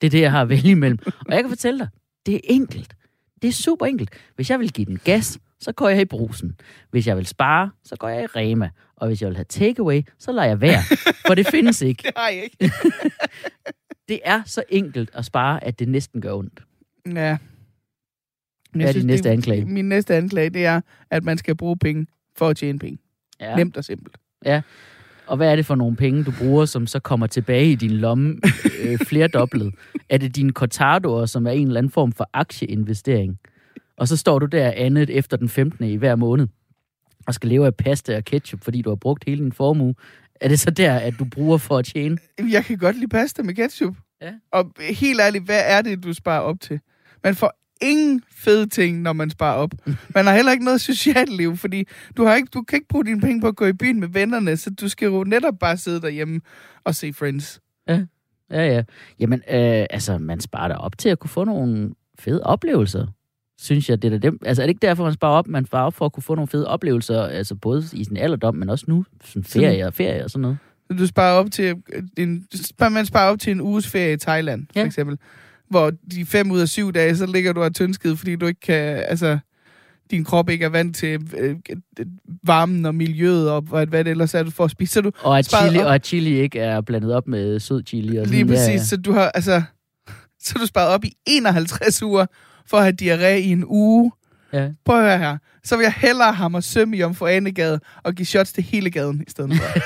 Det er det, jeg har at vælge imellem. Og jeg kan fortælle dig, det er enkelt. Det er super enkelt. Hvis jeg vil give den gas, så går jeg i Brugsen. Hvis jeg vil spare, så går jeg i Rema. Og hvis jeg vil have takeaway, så lader jeg være. For det findes ikke. Det har jeg ikke. Det er så enkelt at spare, at det næsten gør ondt. Ja. Hvad er din næste anklage? Min næste anklage, det er, at man skal bruge penge for at tjene penge. Ja. Nemt og simpelt. Ja. Og hvad er det for nogle penge, du bruger, som så kommer tilbage i din lomme øh, flerdoblet? Er det dine Cortadoer, som er en eller anden form for aktieinvestering? Og så står du der andet efter den femtende i hver måned, og skal leve af pasta og ketchup, fordi du har brugt hele din formue. Er det så der, at du bruger for at tjene? Jeg kan godt lide pasta med ketchup. Ja. Og helt ærligt, hvad er det, du sparer op til? Man får ingen fede ting, når man sparer op. Man har heller ikke noget socialt liv, fordi du, har ikke, du kan ikke bruge dine penge på at gå i byen med vennerne, så du skal jo netop bare sidde derhjemme og se Friends. Ja, ja, ja. Jamen, øh, altså, man sparer da op til at kunne få nogle fede oplevelser, synes jeg. Det er, dem. Altså, er det ikke derfor, man sparer op? Man sparer op for at kunne få nogle fede oplevelser, altså både i sin alderdom, men også nu, sådan ferie og ferie og sådan noget. Du sparer op til en, man sparer op til en uges ferie i Thailand, for ja. eksempel. Hvor de fem ud af syv dage, så ligger du af tyndskid, fordi du ikke kan, altså, din krop ikke er vant til øh, varmen og miljøet, og hvad, hvad det ellers er, du får at spise. Så du og, at chili, og at chili ikke er blandet op med sød chili. Og sådan, lige præcis, ja, ja. så du har, altså, så du sparet op i enoghalvtreds uger, for at have diarré i en uge. Ja. Prøv at høre her. Så vil jeg hellere have mig søm i om for Anegade og give shots til hele gaden i stedet for.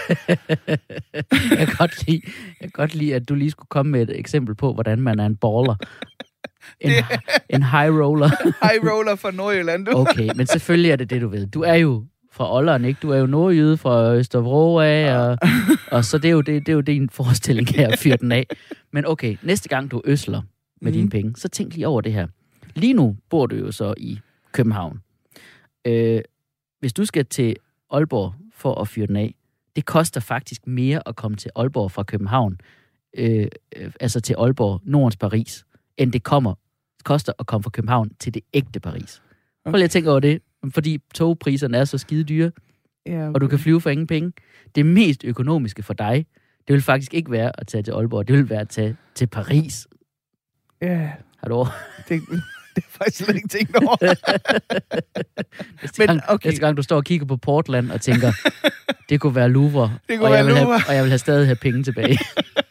jeg, kan godt lide, jeg kan godt lide, at du lige skulle komme med et eksempel på, hvordan man er en baller. En, en high roller. High roller fra Nordjylland, du. Okay, men selvfølgelig er det det, du ved. Du er jo fra Olderen, ikke? Du er jo nordjyde fra Østerbro af, og, og så det er, jo det, det er jo din forestilling her at fyre den af. Men okay, næste gang du øsler med mm. dine penge, så tænk lige over det her. Lige nu bor du jo så i København. Øh, hvis du skal til Aalborg for at fyre den af, det koster faktisk mere at komme til Aalborg fra København, øh, øh, altså til Aalborg, Nordens Paris, end det kommer, det koster at komme fra København til det ægte Paris. Prøv lige at tænke over det, fordi togpriserne er så skide dyre, ja, okay. og du kan flyve for ingen penge. Det mest økonomiske for dig, det vil faktisk ikke være at tage til Aalborg, det vil være at tage til Paris. Ja. Har du over? Det, det er faktisk slet ikke tænkt over. næste, gang, Men, okay. næste gang du står og kigger på Portland og tænker, det kunne være Louvre, det kunne og, være jeg vil Louvre. have, og jeg vil have stadig have penge tilbage.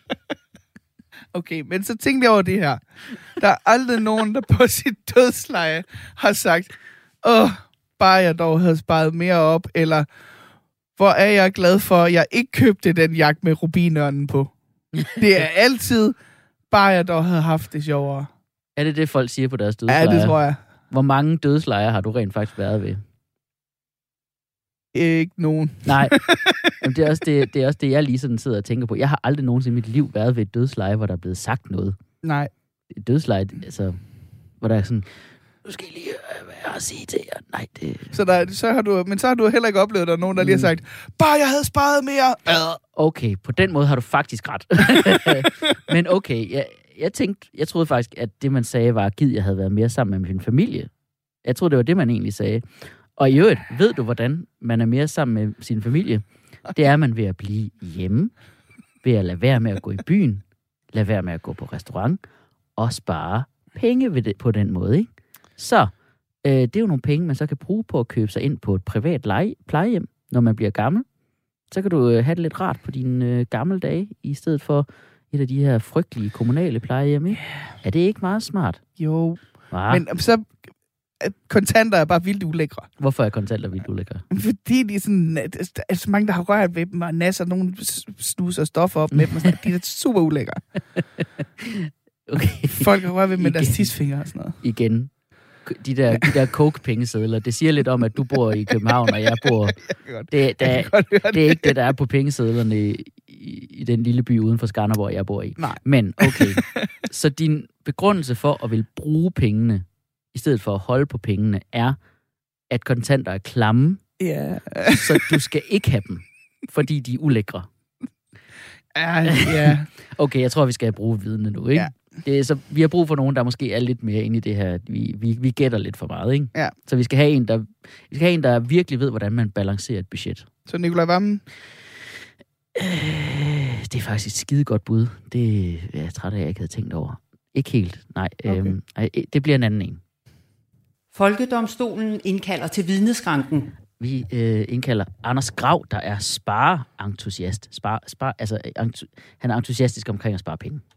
Okay, men så tænk lige over det her. Der er aldrig nogen, der på sit dødsleje har sagt, åh, bare jeg dog havde sparet mere op, eller hvor er jeg glad for, at jeg ikke købte den jakke med rubinørnen på. Det er altid, bare jeg dog havde haft det sjovere. Er det det, folk siger på deres dødsleje? Ja, det tror jeg. Hvor mange dødslejer har du rent faktisk været ved? Ikke nogen. Nej, jamen, det, er også det, det er også det, jeg lige sådan sidder og tænker på. Jeg har aldrig nogensinde i mit liv været ved et dødsleje, hvor der er blevet sagt noget. Nej. Et dødsleje, altså, hvor der er sådan, nu skal I lige høre, hvad jeg har at sige til jer. Nej, det... Så, der, så har du, men så har du heller ikke oplevet, at der er nogen, der lige har sagt, bare jeg havde sparet mere. Okay, på den måde har du faktisk ret. Men okay, jeg, jeg tænkte, jeg troede faktisk, at det man sagde var, gid jeg havde været mere sammen med min familie. Jeg troede, det var det, man egentlig sagde. Og i øvrigt, ved du, hvordan man er mere sammen med sin familie? Det er man ved at blive hjemme, ved at lade være med at gå i byen, lade være med at gå på restaurant, og spare penge ved det, på den måde, ikke? Så øh, det er jo nogle penge, man så kan bruge på at købe sig ind på et privat leje, plejehjem, når man bliver gammel. Så kan du øh, have det lidt rart på dine øh, gamle dage, i stedet for et af de her frygtelige kommunale plejehjem, ikke? Er det ikke meget smart? Jo, Hva? men så kontanter er bare vildt ulækre. Hvorfor er kontanter vildt ulækre? Fordi de er sådan, der er så mange, der har rørt ved dem, og nasser nogle snuser stoffer op med dem, og sådan, de er super ulækre. Okay. Folk har rørt ved med Igen. deres tidsfingre og sådan noget. Igen. De der, de der coke-pengesedler, det siger lidt om, at du bor i København, og jeg bor... Jeg det, der, jeg kan godt høre det. det er ikke det, der er på pengesedlerne i, i, i den lille by uden for Skanderborg, jeg bor i. Nej. Men, okay. Så din begrundelse for at vil bruge pengene, i stedet for at holde på pengene, er, at kontanter er klamme, Ja. så du skal ikke have dem, fordi de er ulækre. Ja, ja. Okay, jeg tror, vi skal bruge vidne nu, ikke? Ja. Det er, så vi har brug for nogen, der måske er lidt mere inde i det her. Vi, vi, vi gætter lidt for meget, ikke? Ja. Så vi skal have en, der, vi skal have en, der virkelig ved, hvordan man balancerer et budget. Så Nikolaj Wammen? Øh, det er faktisk et skide godt bud. Det er jeg træt af, jeg ikke havde tænkt over. Ikke helt, nej. Okay. Øhm, ej, det bliver en anden en. Folkedomstolen indkalder til vidneskranken. Vi øh, indkalder Anders Grav, der er spareentusiast. Spar, spar, altså, entu- han er entusiastisk omkring at spare penge.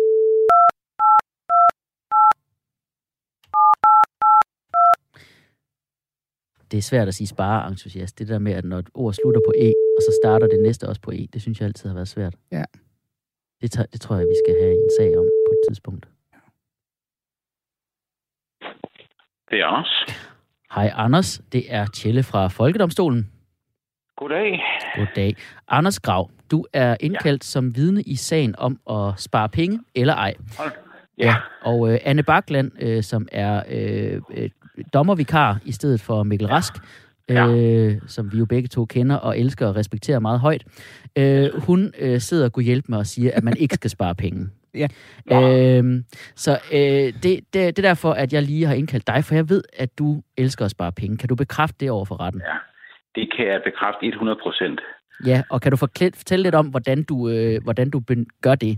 Det er svært at sige spareentusiast. Det der med, at når et ord slutter på E, og så starter det næste også på E, det synes jeg altid har været svært. Ja. Det, tager, det tror jeg, vi skal have en sag om på et tidspunkt. Det er Anders. Hej Anders, det er Tjelle fra Folkedomstolen. Goddag. Goddag. Anders Grav, du er indkaldt ja. som vidne i sagen om at spare penge eller ej. Hold. Ja. ja. Og øh, Anne Bakland, øh, som er øh, øh, dommervikar i stedet for Mikkel Rask, Ja. øh, som vi jo begge to kender og elsker og respekterer meget højt, øh, hun øh, sidder og kunne hjælpe mig og siger, at man ikke skal spare penge. Ja. Øhm, så øh, det, det, det er derfor, at jeg lige har indkaldt dig, for jeg ved, at du elsker at spare penge. Kan du bekræfte det over for retten? Ja, det kan jeg bekræfte hundrede procent. Ja, og kan du forklæ- fortælle lidt om, hvordan du, øh, hvordan du ben- gør det?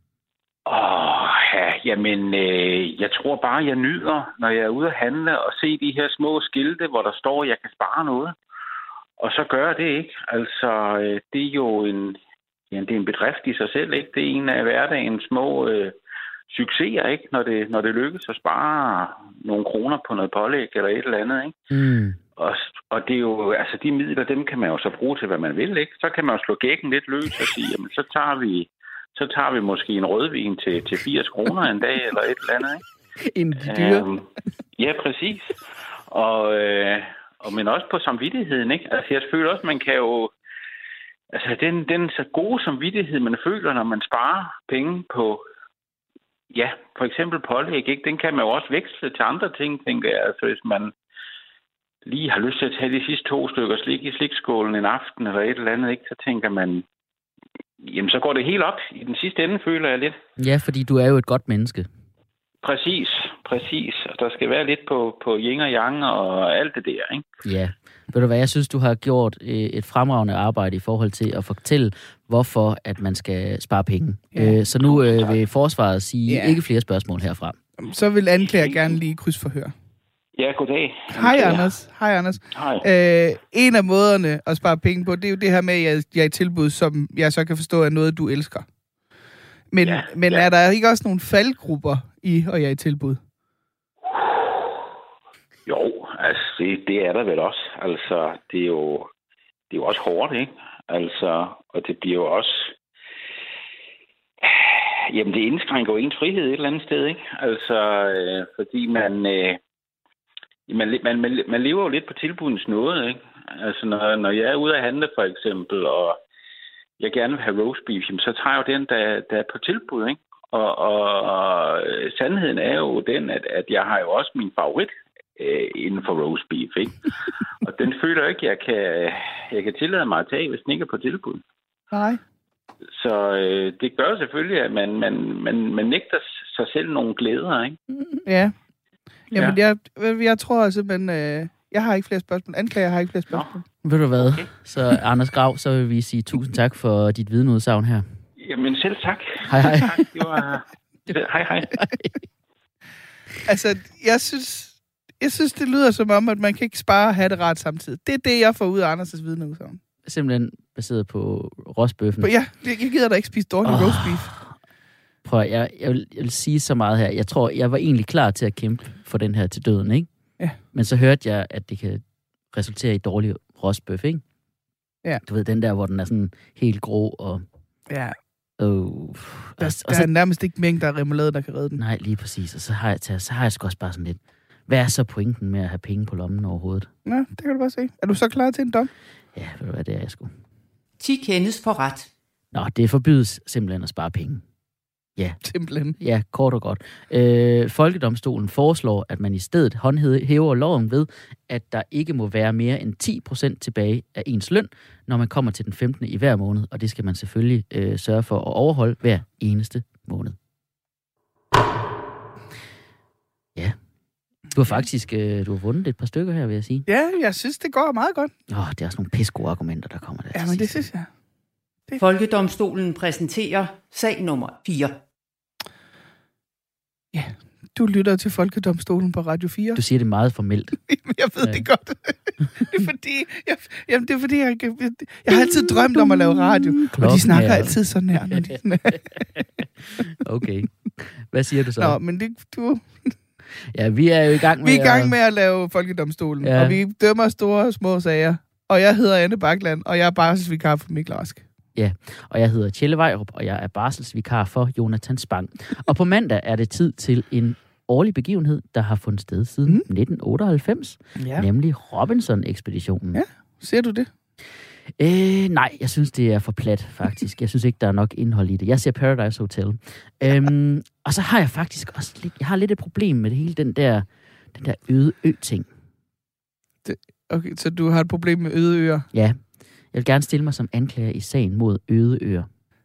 Åh, ja, jamen, øh, jeg tror bare, jeg nyder, når jeg er ude at handle og se de her små skilte, hvor der står, at jeg kan spare noget. Og så gør jeg det ikke. Altså, øh, det er jo en... Ja, det er en bedrift i sig selv, ikke? Det er en af hverdagens små øh, succeser, ikke? Når det, når det lykkes at spare nogle kroner på noget pålæg eller et eller andet, ikke? Mm. Og, og det er jo, altså de midler, dem kan man jo så bruge til, hvad man vil, ikke? Så kan man jo slå gækken lidt løs og sige, jamen så tager vi, så tager vi måske en rødvin til, til firs kroner en dag eller et eller andet, ikke? En dyr. Um, ja, præcis. Og, øh, og, men også på samvittigheden, ikke? Altså jeg føler også, man kan jo... Altså, den, den så gode samvittighed, man føler, når man sparer penge på, ja, for eksempel pålæg, ikke? Den kan man jo også veksle til andre ting, tænker jeg. Altså, hvis man lige har lyst til at tage de sidste to stykker slik i slikskålen en aften eller et eller andet, ikke? Så tænker man, jamen, så går det helt op. I den sidste ende føler jeg lidt. Ja, fordi du er jo et godt menneske. Præcis, præcis. Og der skal være lidt på, på yin og yang og alt det der, ikke? Ja. Ved du hvad, jeg synes, du har gjort et fremragende arbejde i forhold til at fortælle, hvorfor at man skal spare penge. Ja. Så nu øh, vil forsvaret sige ja. ikke flere spørgsmål herfra. Så vil anklager gerne lige krydsforhøre. Ja, goddag. Hej Anders. Hej Anders. Hej. Øh, en af måderne at spare penge på, det er jo det her med, at jeg er i tilbud, som jeg så kan forstå er noget, du elsker. Men, ja, men ja. er der ikke også nogle faldgrupper i, og jeg er i tilbud? Jo, altså det, det er der vel også. Altså det er jo det er jo også hårdt, ikke? Altså og det bliver jo også jamen det indskrænker jo ens frihed et eller andet sted, ikke? Altså øh, fordi man, øh, man man man man lever jo lidt på tilbudens nåde, ikke? Altså når når jeg er ude at handle for eksempel og jeg gerne vil have roast beef, så tager jeg jo den der der er på tilbud, ikke? Og, og, og sandheden er jo den at at jeg har jo også min favorit inden for roast beef, ikke? Og den føler jeg ikke, jeg kan, jeg kan tillade mig at tage, hvis den ikke er på tilbud. Nej. Så øh, det gør selvfølgelig, at man, man, man, man nægter sig selv nogle glæder, ikke? Ja. Jamen, ja. jeg, jeg tror simpelthen, øh, jeg har ikke flere spørgsmål. Anklager har ikke flere spørgsmål. Nå. Ved du hvad? Okay. Så Anders Grav, så vil vi sige tusind tak for dit vidneudsagn her. Jamen selv tak. Hej hej. Tak. Det var... hej hej. Altså, jeg synes... Jeg synes, det lyder som om, at man kan ikke spare og have det ret samtidig. Det er det, jeg får ud af Anders' vidneudsagn. Simpelthen baseret på rostbøffen. Ja, jeg gider da ikke spise dårlig oh. roast beef. Prøv, jeg, jeg, vil, jeg vil sige så meget her. Jeg tror, jeg var egentlig klar til at kæmpe for den her til døden, ikke? Ja. Men så hørte jeg, at det kan resultere i dårlig rostbøf, ikke? Ja. Du ved, den der, hvor den er sådan helt grå og... Ja. Oh. Der, og, der så, er nærmest ikke mængder af remoulade, der kan redde den. Nej, lige præcis. Og så har jeg, taget, så har jeg sgu også bare sådan lidt... Hvad er så pointen med at have penge på lommen overhovedet? Ja, det kan du bare se. Er du så klar til en dom? Ja, ved du hvad, det er jeg sgu. ti kendes for ret. Nå, det forbydes simpelthen at spare penge. Ja. Simpelthen. Ja, kort og godt. Øh, Folkedomstolen foreslår, at man i stedet håndhæver loven ved, at der ikke må være mere end ti procent tilbage af ens løn, når man kommer til den femtende i hver måned, og det skal man selvfølgelig øh, sørge for at overholde hver eneste måned. Ja. Du har faktisk øh, du har vundet et par stykker her, vil jeg sige. Ja, jeg synes, det går meget godt. Åh, oh, det er også nogle pissegode argumenter, der kommer der. Ja, men det synes jeg. Det... Folkedomstolen præsenterer sag nummer fire. Ja, du lytter til Folkedomstolen på Radio fire. Du siger det meget formelt. Jeg ved ja. det godt. Det er fordi, jeg, jamen, det er fordi jeg, jeg, jeg har altid drømt om at lave radio. Klokken og de snakker her. altid sådan her. Når de... Okay. Hvad siger du så? Nå, men det, du... Ja, vi er jo i gang med Vi er i gang at... med at lave Folkedomstolen, ja. og vi dømmer store og små sager. Og jeg hedder Anne Bakland, og jeg er barselsvikar for Mikkel Rask. Ja, og jeg hedder Tjelle Vejrup, og jeg er barselsvikar for Jonathan Spang. Og på mandag er det tid til en årlig begivenhed, der har fundet sted siden mm. nitten otteoghalvfems, ja. nemlig Robinson-ekspeditionen. Ja, ser du det? Øh, nej, jeg synes, det er for plat, faktisk. Jeg synes ikke, der er nok indhold i det. Jeg ser Paradise Hotel. Øhm, og så har jeg faktisk også lidt, jeg har lidt et problem med det hele, den der, den der øde ø-ting. Det, okay, så du har et problem med øde øer? Ja. Jeg vil gerne stille mig som anklager i sagen mod øde øer.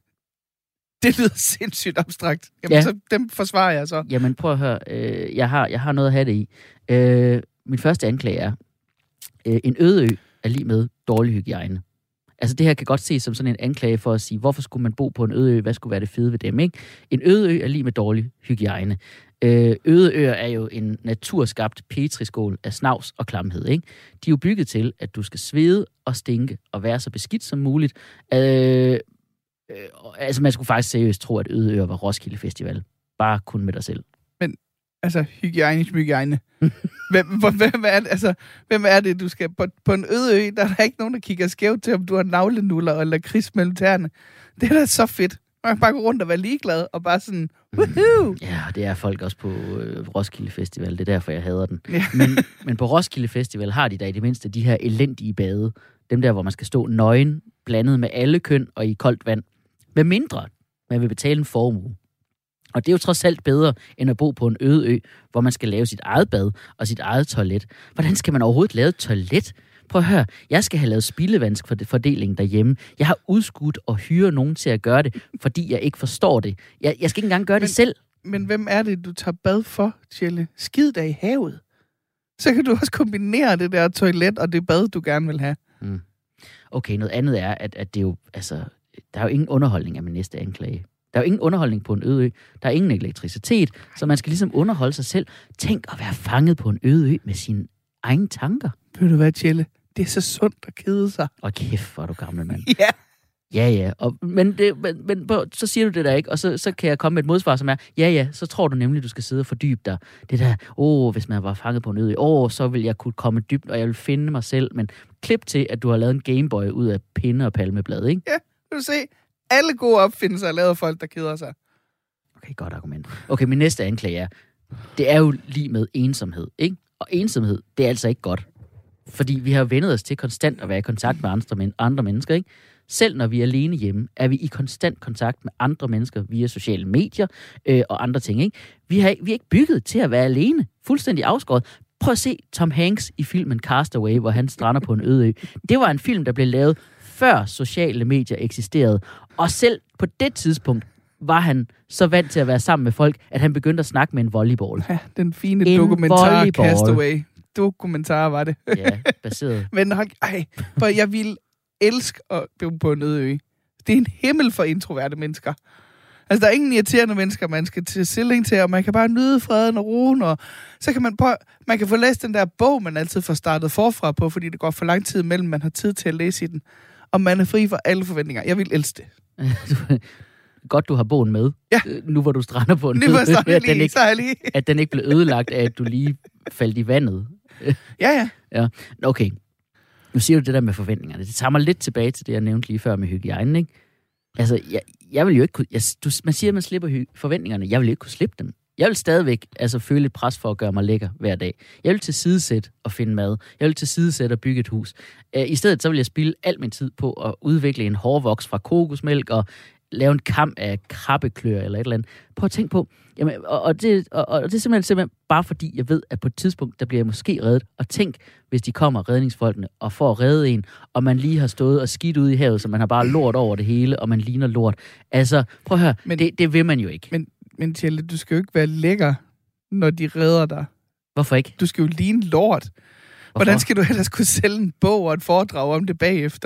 Det lyder sindssygt abstrakt. Jamen, ja. så dem forsvarer jeg så. Jamen, prøv at høre. Øh, jeg, har, jeg har noget at have det i. Øh, min første anklage er, øh, en øde ø er lige med dårlig hygiejne. Altså, det her kan godt ses som sådan en anklage for at sige, hvorfor skulle man bo på en øde ø? Hvad skulle være det fede ved dem, ikke? En øde ø er lige med dårlig hygiejne. Øh, øde øer er jo en naturskabt petriskål af snavs og klamhed, ikke? De er jo bygget til, at du skal svede og stinke og være så beskidt som muligt. Øh, øh, altså, man skulle faktisk seriøst tro, at øde øer var Roskilde Festival. Bare kun med dig selv. Men, altså, hygiejnisk hygiejne. hvem, hvem, er det, altså, hvem er det, du skal... På, på en øde ø, der er der ikke nogen, der kigger skævt til, om du har navlenuller eller kris mellem tæerne. Det er da så fedt. Man kan bare gå rundt og være ligeglad, og bare sådan, woohoo! Ja, det er folk også på øh, Roskilde Festival. Det er derfor, jeg hader den. Ja. Men, men på Roskilde Festival har de da i det mindste de her elendige bade. Dem der, hvor man skal stå nøgen, blandet med alle køn og i koldt vand. Med mindre, man vil betale en formue. Og det er jo trods alt bedre, end at bo på en øde ø, hvor man skal lave sit eget bad og sit eget toilet. Hvordan skal man overhovedet lave et toilet? Prøv at høre, jeg skal have lavet spildevandsfordeling derhjemme. Jeg har udskudt og hyre nogen til at gøre det, fordi jeg ikke forstår det. Jeg, jeg skal ikke engang gøre men, det selv. Men hvem er det, du tager bad for, Tjelle? Skid dig i havet. Så kan du også kombinere det der toilet og det bad, du gerne vil have. Mm. Okay, noget andet er, at, at det er jo, altså, der er jo ingen underholdning af min næste anklage. Der er jo ingen underholdning på en øde ø. Der er ingen elektricitet, så man skal ligesom underholde sig selv. Tænk at være fanget på en øde ø med sine egne tanker. Ved du hvad, Tjelle? Det er så sundt at kede sig. Og kæft, hvor er du gammel, mand. Ja. Ja, ja. Og, men det, men, men så siger du det der ikke, og så, så kan jeg komme med et modsvar, som er, ja, ja, så tror du nemlig, du skal sidde og fordybe dig. Det der, åh, hvis man var fanget på en øde ø, åh, så vil jeg kunne komme dybt, og jeg vil finde mig selv. Men klip til, at du har lavet en Gameboy ud af pinde og palmeblad, ikke? Ja, du se. Alle gode opfindelser er lavet af folk, der keder sig. Okay, godt argument. Okay, min næste anklage er, det er jo lige med ensomhed, ikke? Og ensomhed, det er altså ikke godt. Fordi vi har vendet os til konstant at være i kontakt med andre, men andre mennesker, ikke? Selv når vi er alene hjemme, er vi i konstant kontakt med andre mennesker via sociale medier øh, og andre ting, ikke? Vi har, vi er ikke bygget til at være alene, fuldstændig afskåret. Prøv at se Tom Hanks i filmen Castaway, hvor han strander på en øde ø. Det var en film, der blev lavet før sociale medier eksisterede. Og selv på det tidspunkt var han så vant til at være sammen med folk, at han begyndte at snakke med en volleyball. Ja, den fine en dokumentar volleyball. Castaway. Dokumentar var det. Ja, baseret. Men hold, ej, for jeg vil elske at bo på en øde ø. Det er en himmel for introverte mennesker. Altså, der er ingen irriterende mennesker, man skal til stilling til, og man kan bare nyde freden og roen, og så kan man prøve, man kan få læst den der bog, man altid får startet forfra på, fordi det går for lang tid imellem, man har tid til at læse i den. Og man er fri for alle forventninger. Jeg vil elske det. Godt, du har bogen med. Ja. Nu hvor du strander på en øde, at, at, den ikke, lige. at den ikke blev ødelagt af, at du lige faldt i vandet. Ja, ja. Ja. Okay. Nu siger du det der med forventningerne. Det tager mig lidt tilbage til det, jeg nævnte lige før med hygiejnen, ikke? Altså, jeg, jeg vil jo ikke kunne... Jeg, du, man siger, at man slipper hy- forventningerne. Jeg vil jo ikke kunne slippe dem. Jeg vil stadigvæk altså, føle et pres for at gøre mig lækker hver dag. Jeg vil tilsidesætte at finde mad. Jeg vil tilsidesætte at bygge et hus. Uh, I stedet så vil jeg spilde al min tid på at udvikle en hårvoks fra kokosmælk og lave en kam af krabbeklør eller et eller andet. Prøv at tænke på, jamen, og, og, det, og, og det er simpelthen, simpelthen bare fordi, jeg ved, at på et tidspunkt, der bliver jeg måske reddet. Og tænk, hvis de kommer, redningsfolkene, og får at redde en, og man lige har stået og skidt ude i havet, så man har bare lort over det hele, og man ligner lort. Altså, prøv at høre, men, det, det vil man jo ikke. Men, men Tjelle, du skal jo ikke være lækker, når de redder dig. Hvorfor ikke? Du skal jo ligne lort. Hvorfor? Hvordan skal du ellers kunne sælge en bog og et foredrag om det bagefter?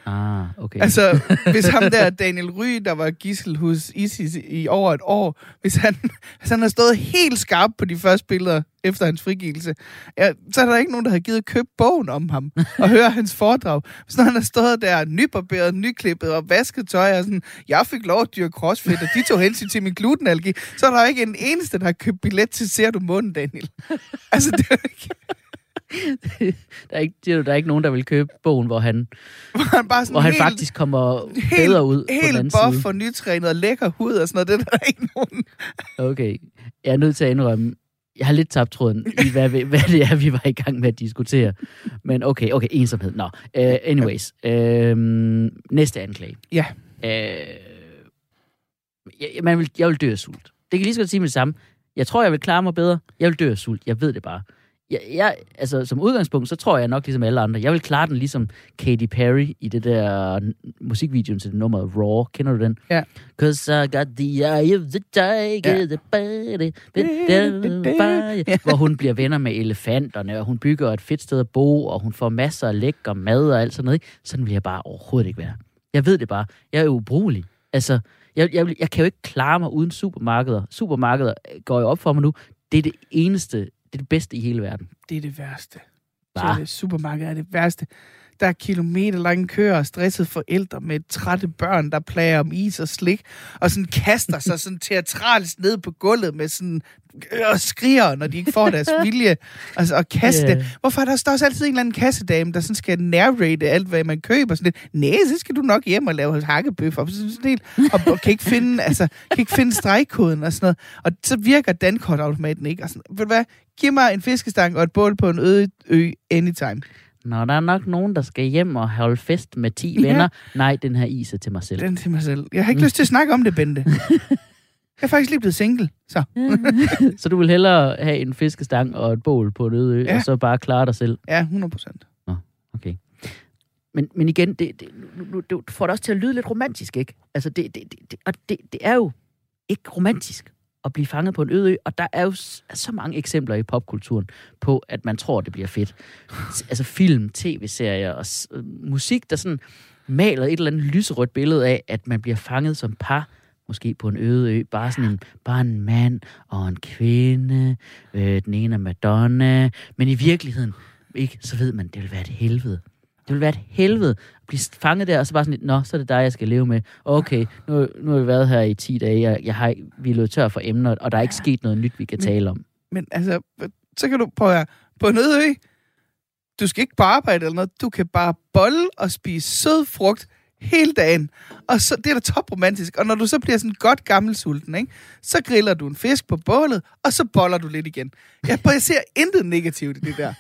Ah, okay. Altså, hvis ham der, Daniel Rye, der var gidsel hos ISIS i over et år, hvis han, hvis han har stået helt skarp på de første billeder efter hans frigivelse, ja, så er der ikke nogen, der har givet købe bogen om ham og høre hans foredrag. Hvis når han har stået der nybarberet, nyklippet og vasket tøj og sådan, jeg fik lov at dyrke crossfit, og de tog hensyn til min glutenallergi, så er der ikke en eneste, der har købt billet til Ser du månen, Daniel. Altså, det er ikke... der, er ikke, der er ikke nogen, der vil købe bogen, hvor han, hvor han, bare sådan hvor han helt, faktisk kommer helt, bedre ud på helt den anden buff side. og nytrænet og lækker hud og sådan noget. Det er der ikke nogen. Okay. Jeg er nødt til at indrømme, jeg har lidt tabt tråden i, hvad, hvad det er, vi var i gang med at diskutere. Men okay, okay, ensomhed. Nå, uh, anyways. Uh, næste anklage. Ja. Uh, jeg, man vil, jeg vil dø af sult. Det kan lige så godt sige med det samme. Jeg tror, jeg vil klare mig bedre. Jeg vil dø af sult. Jeg ved det bare. Jeg, jeg, altså, som udgangspunkt, så tror jeg nok ligesom alle andre. Jeg vil klare den ligesom Katy Perry i det der musikvideoen til det nummer Raw. Kender du den? Ja. Cause I got the eye of the tiger, Ja. the body, hvor hun bliver venner med elefanterne, og hun bygger et fedt sted at bo, og hun får masser af lækker mad og alt sådan noget. Ikke? Sådan vil jeg bare overhovedet ikke være. Jeg ved det bare. Jeg er jo ubrugelig. Altså, jeg, jeg, jeg kan jo ikke klare mig uden supermarkeder. Supermarkeder går jo op for mig nu. Det er det eneste, det er det bedste i hele verden. Det er det værste. Hva? Så det supermarked er det værste. Der er kilometerlange køer og stressede forældre med trætte børn, der plager om is og slik, og sådan kaster sig sådan teatralsk ned på gulvet med sådan og skriger, når de ikke får deres vilje. Altså, og kaste Yeah. det. Hvorfor er der står også altid en eller anden kassedame, der sådan skal narrate alt, hvad man køber? Sådan lidt, nej, så skal du nok hjem og lave hakkebøffer. Sådan helt, og, og kan ikke finde, altså, kan ikke finde stregkoden og sådan noget. Og så virker dankortautomaten ikke. Og sådan, ved du hvad? Giv mig en fiskestang og et bål på en øde ø anytime. Nå, der er nok nogen, der skal hjem og holde fest med ti Ja. venner. Nej, den her is er til mig selv. Den til mig selv. Jeg har ikke lyst til at snakke om det, Bente. Jeg er faktisk lige blevet single, så. Så du vil hellere have en fiskestang og et bål på en øde ø, Ja. og så bare klare dig selv? Ja, hundrede procent. Okay. Men, men igen, det, det, nu, nu, du får det også til at lyde lidt romantisk, ikke? Altså, det, det, det, det, og det, det er jo ikke romantisk at blive fanget på en øde ø, og der er jo s- så mange eksempler i popkulturen på, at man tror, det bliver fedt. Altså film, tv-serier og s- musik, der sådan maler et eller andet lyserødt billede af, at man bliver fanget som par, måske på en øde ø, bare sådan en, bare en mand og en kvinde, øh, den ene er Madonna, men i virkeligheden, ikke, så ved man, det vil være et helvede. Det vil være et helvede at blive fanget der, og så bare sådan lidt, nå, så er det dig, jeg skal leve med. Okay, nu, nu har vi været her i ti dage, jeg, jeg har, vi er løbet tør for emner, og der er ikke sket noget nyt, vi kan tale om. Men altså, så kan du prøve her. På en øde ø, du skal ikke bare arbejde eller noget, du kan bare bolle og spise sød frugt hele dagen. Og så, det er da topromantisk. Og når du så bliver sådan godt gammelsulten, ikke, så griller du en fisk på bålet, og så boller du lidt igen. Jeg, jeg ser intet negativt i det der.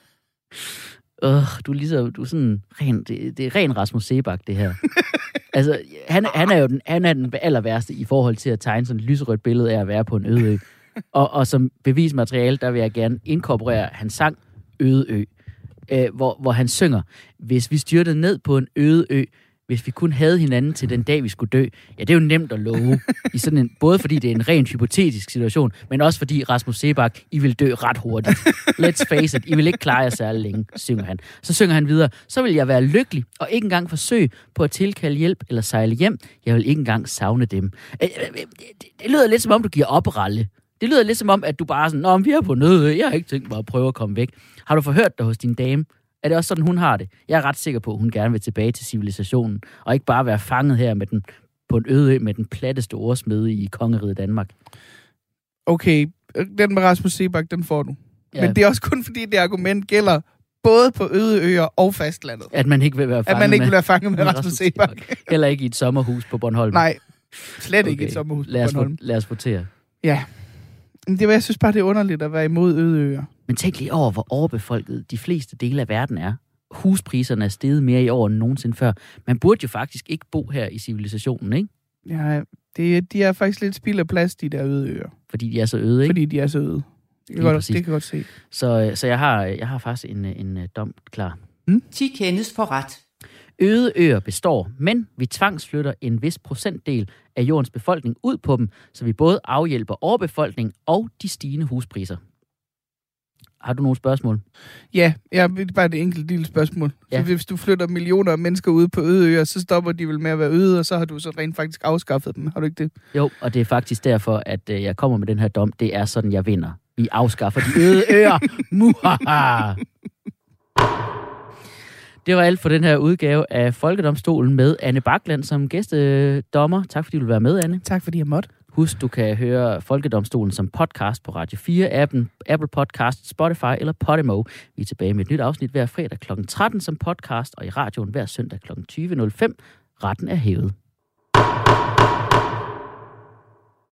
Øh, du er ligesom, du er sådan ren, det, det er ren Rasmus Seebach, det her. Altså, han, han er jo den, han er den aller værste i forhold til at tegne sådan et lyserødt billede af at være på en øde ø. Og, og som bevismateriale, der vil jeg gerne inkorporere hans sang Øde Ø, øh, hvor, hvor han synger, hvis vi styrtede ned på en øde ø, hvis vi kun havde hinanden til den dag, vi skulle dø. Ja, det er jo nemt at love. I sådan en, både fordi det er en rent hypotetisk situation, men også fordi Rasmus Seebach, I vil dø ret hurtigt. Let's face it, I vil ikke klare jer særlig længe, synger han. Så synger han videre, så vil jeg være lykkelig, og ikke engang forsøge på at tilkalde hjælp eller sejle hjem. Jeg vil ikke engang savne dem. Det, det lyder lidt som om, du giver op, Ralle. Det lyder lidt som om, at du bare er sådan, nå, vi er på nød, jeg har ikke tænkt mig at prøve at komme væk. Har du forhørt dig hos din dame? Er det også sådan, hun har det? Jeg er ret sikker på, at hun gerne vil tilbage til civilisationen, og ikke bare være fanget her med den, på en øde ø med den platteste ordsmede i kongeriget Danmark. Okay, den med Rasmus Seebach, den får du. Ja. Men det er også kun fordi, det argument gælder både på øde øer og fastlandet. At man ikke vil være fanget At man ikke med, vil være fanget med, med Rasmus Seebach. Heller ikke i et sommerhus på Bornholm. Nej, slet okay. ikke Okay. et sommerhus på Lad os, Bornholm. lad os votere. Ja. Men det var, jeg synes bare, det er underligt at være imod øde øer. Men tænk lige over, hvor overbefolket de fleste dele af verden er. Huspriserne er steget mere i år end nogensinde før. Man burde jo faktisk ikke bo her i civilisationen, ikke? Ja, det, de er faktisk lidt spild af plads, de der øde øer. Fordi de er så øde, ikke? Fordi de er så øde. Det kan, Lige godt, præcis. det kan godt se. Så, så jeg, har, jeg har faktisk en, en, en dom klar. ti kendes for ret. Øde øer består, men vi tvangsflytter en vis procentdel af jordens befolkning ud på dem, så vi både afhjælper overbefolkning og de stigende huspriser. har du nogle spørgsmål? Ja, jeg har bare et enkelt lille spørgsmål. Ja. Så hvis du flytter millioner af mennesker ud på øde øer, så stopper de vel med at være øde, og så har du så rent faktisk afskaffet dem. Har du ikke det? Jo, og det er faktisk derfor, at øh, jeg kommer med den her dom. Det er sådan, jeg vinder. Vi afskaffer de øde øer. Muhaha! Det var alt for den her udgave af Folkedomstolen med Anne Bakland som gæstedommer. Tak fordi du vil være med, Anne. Tak fordi jeg måtte. Husk, du kan høre Folkedomstolen som podcast på Radio fire-appen, Apple Podcast, Spotify eller Podimo. Vi er tilbage med et nyt afsnit hver fredag klokken tretten som podcast, og i radioen hver søndag klokken tyve nul fem. Retten er hævet.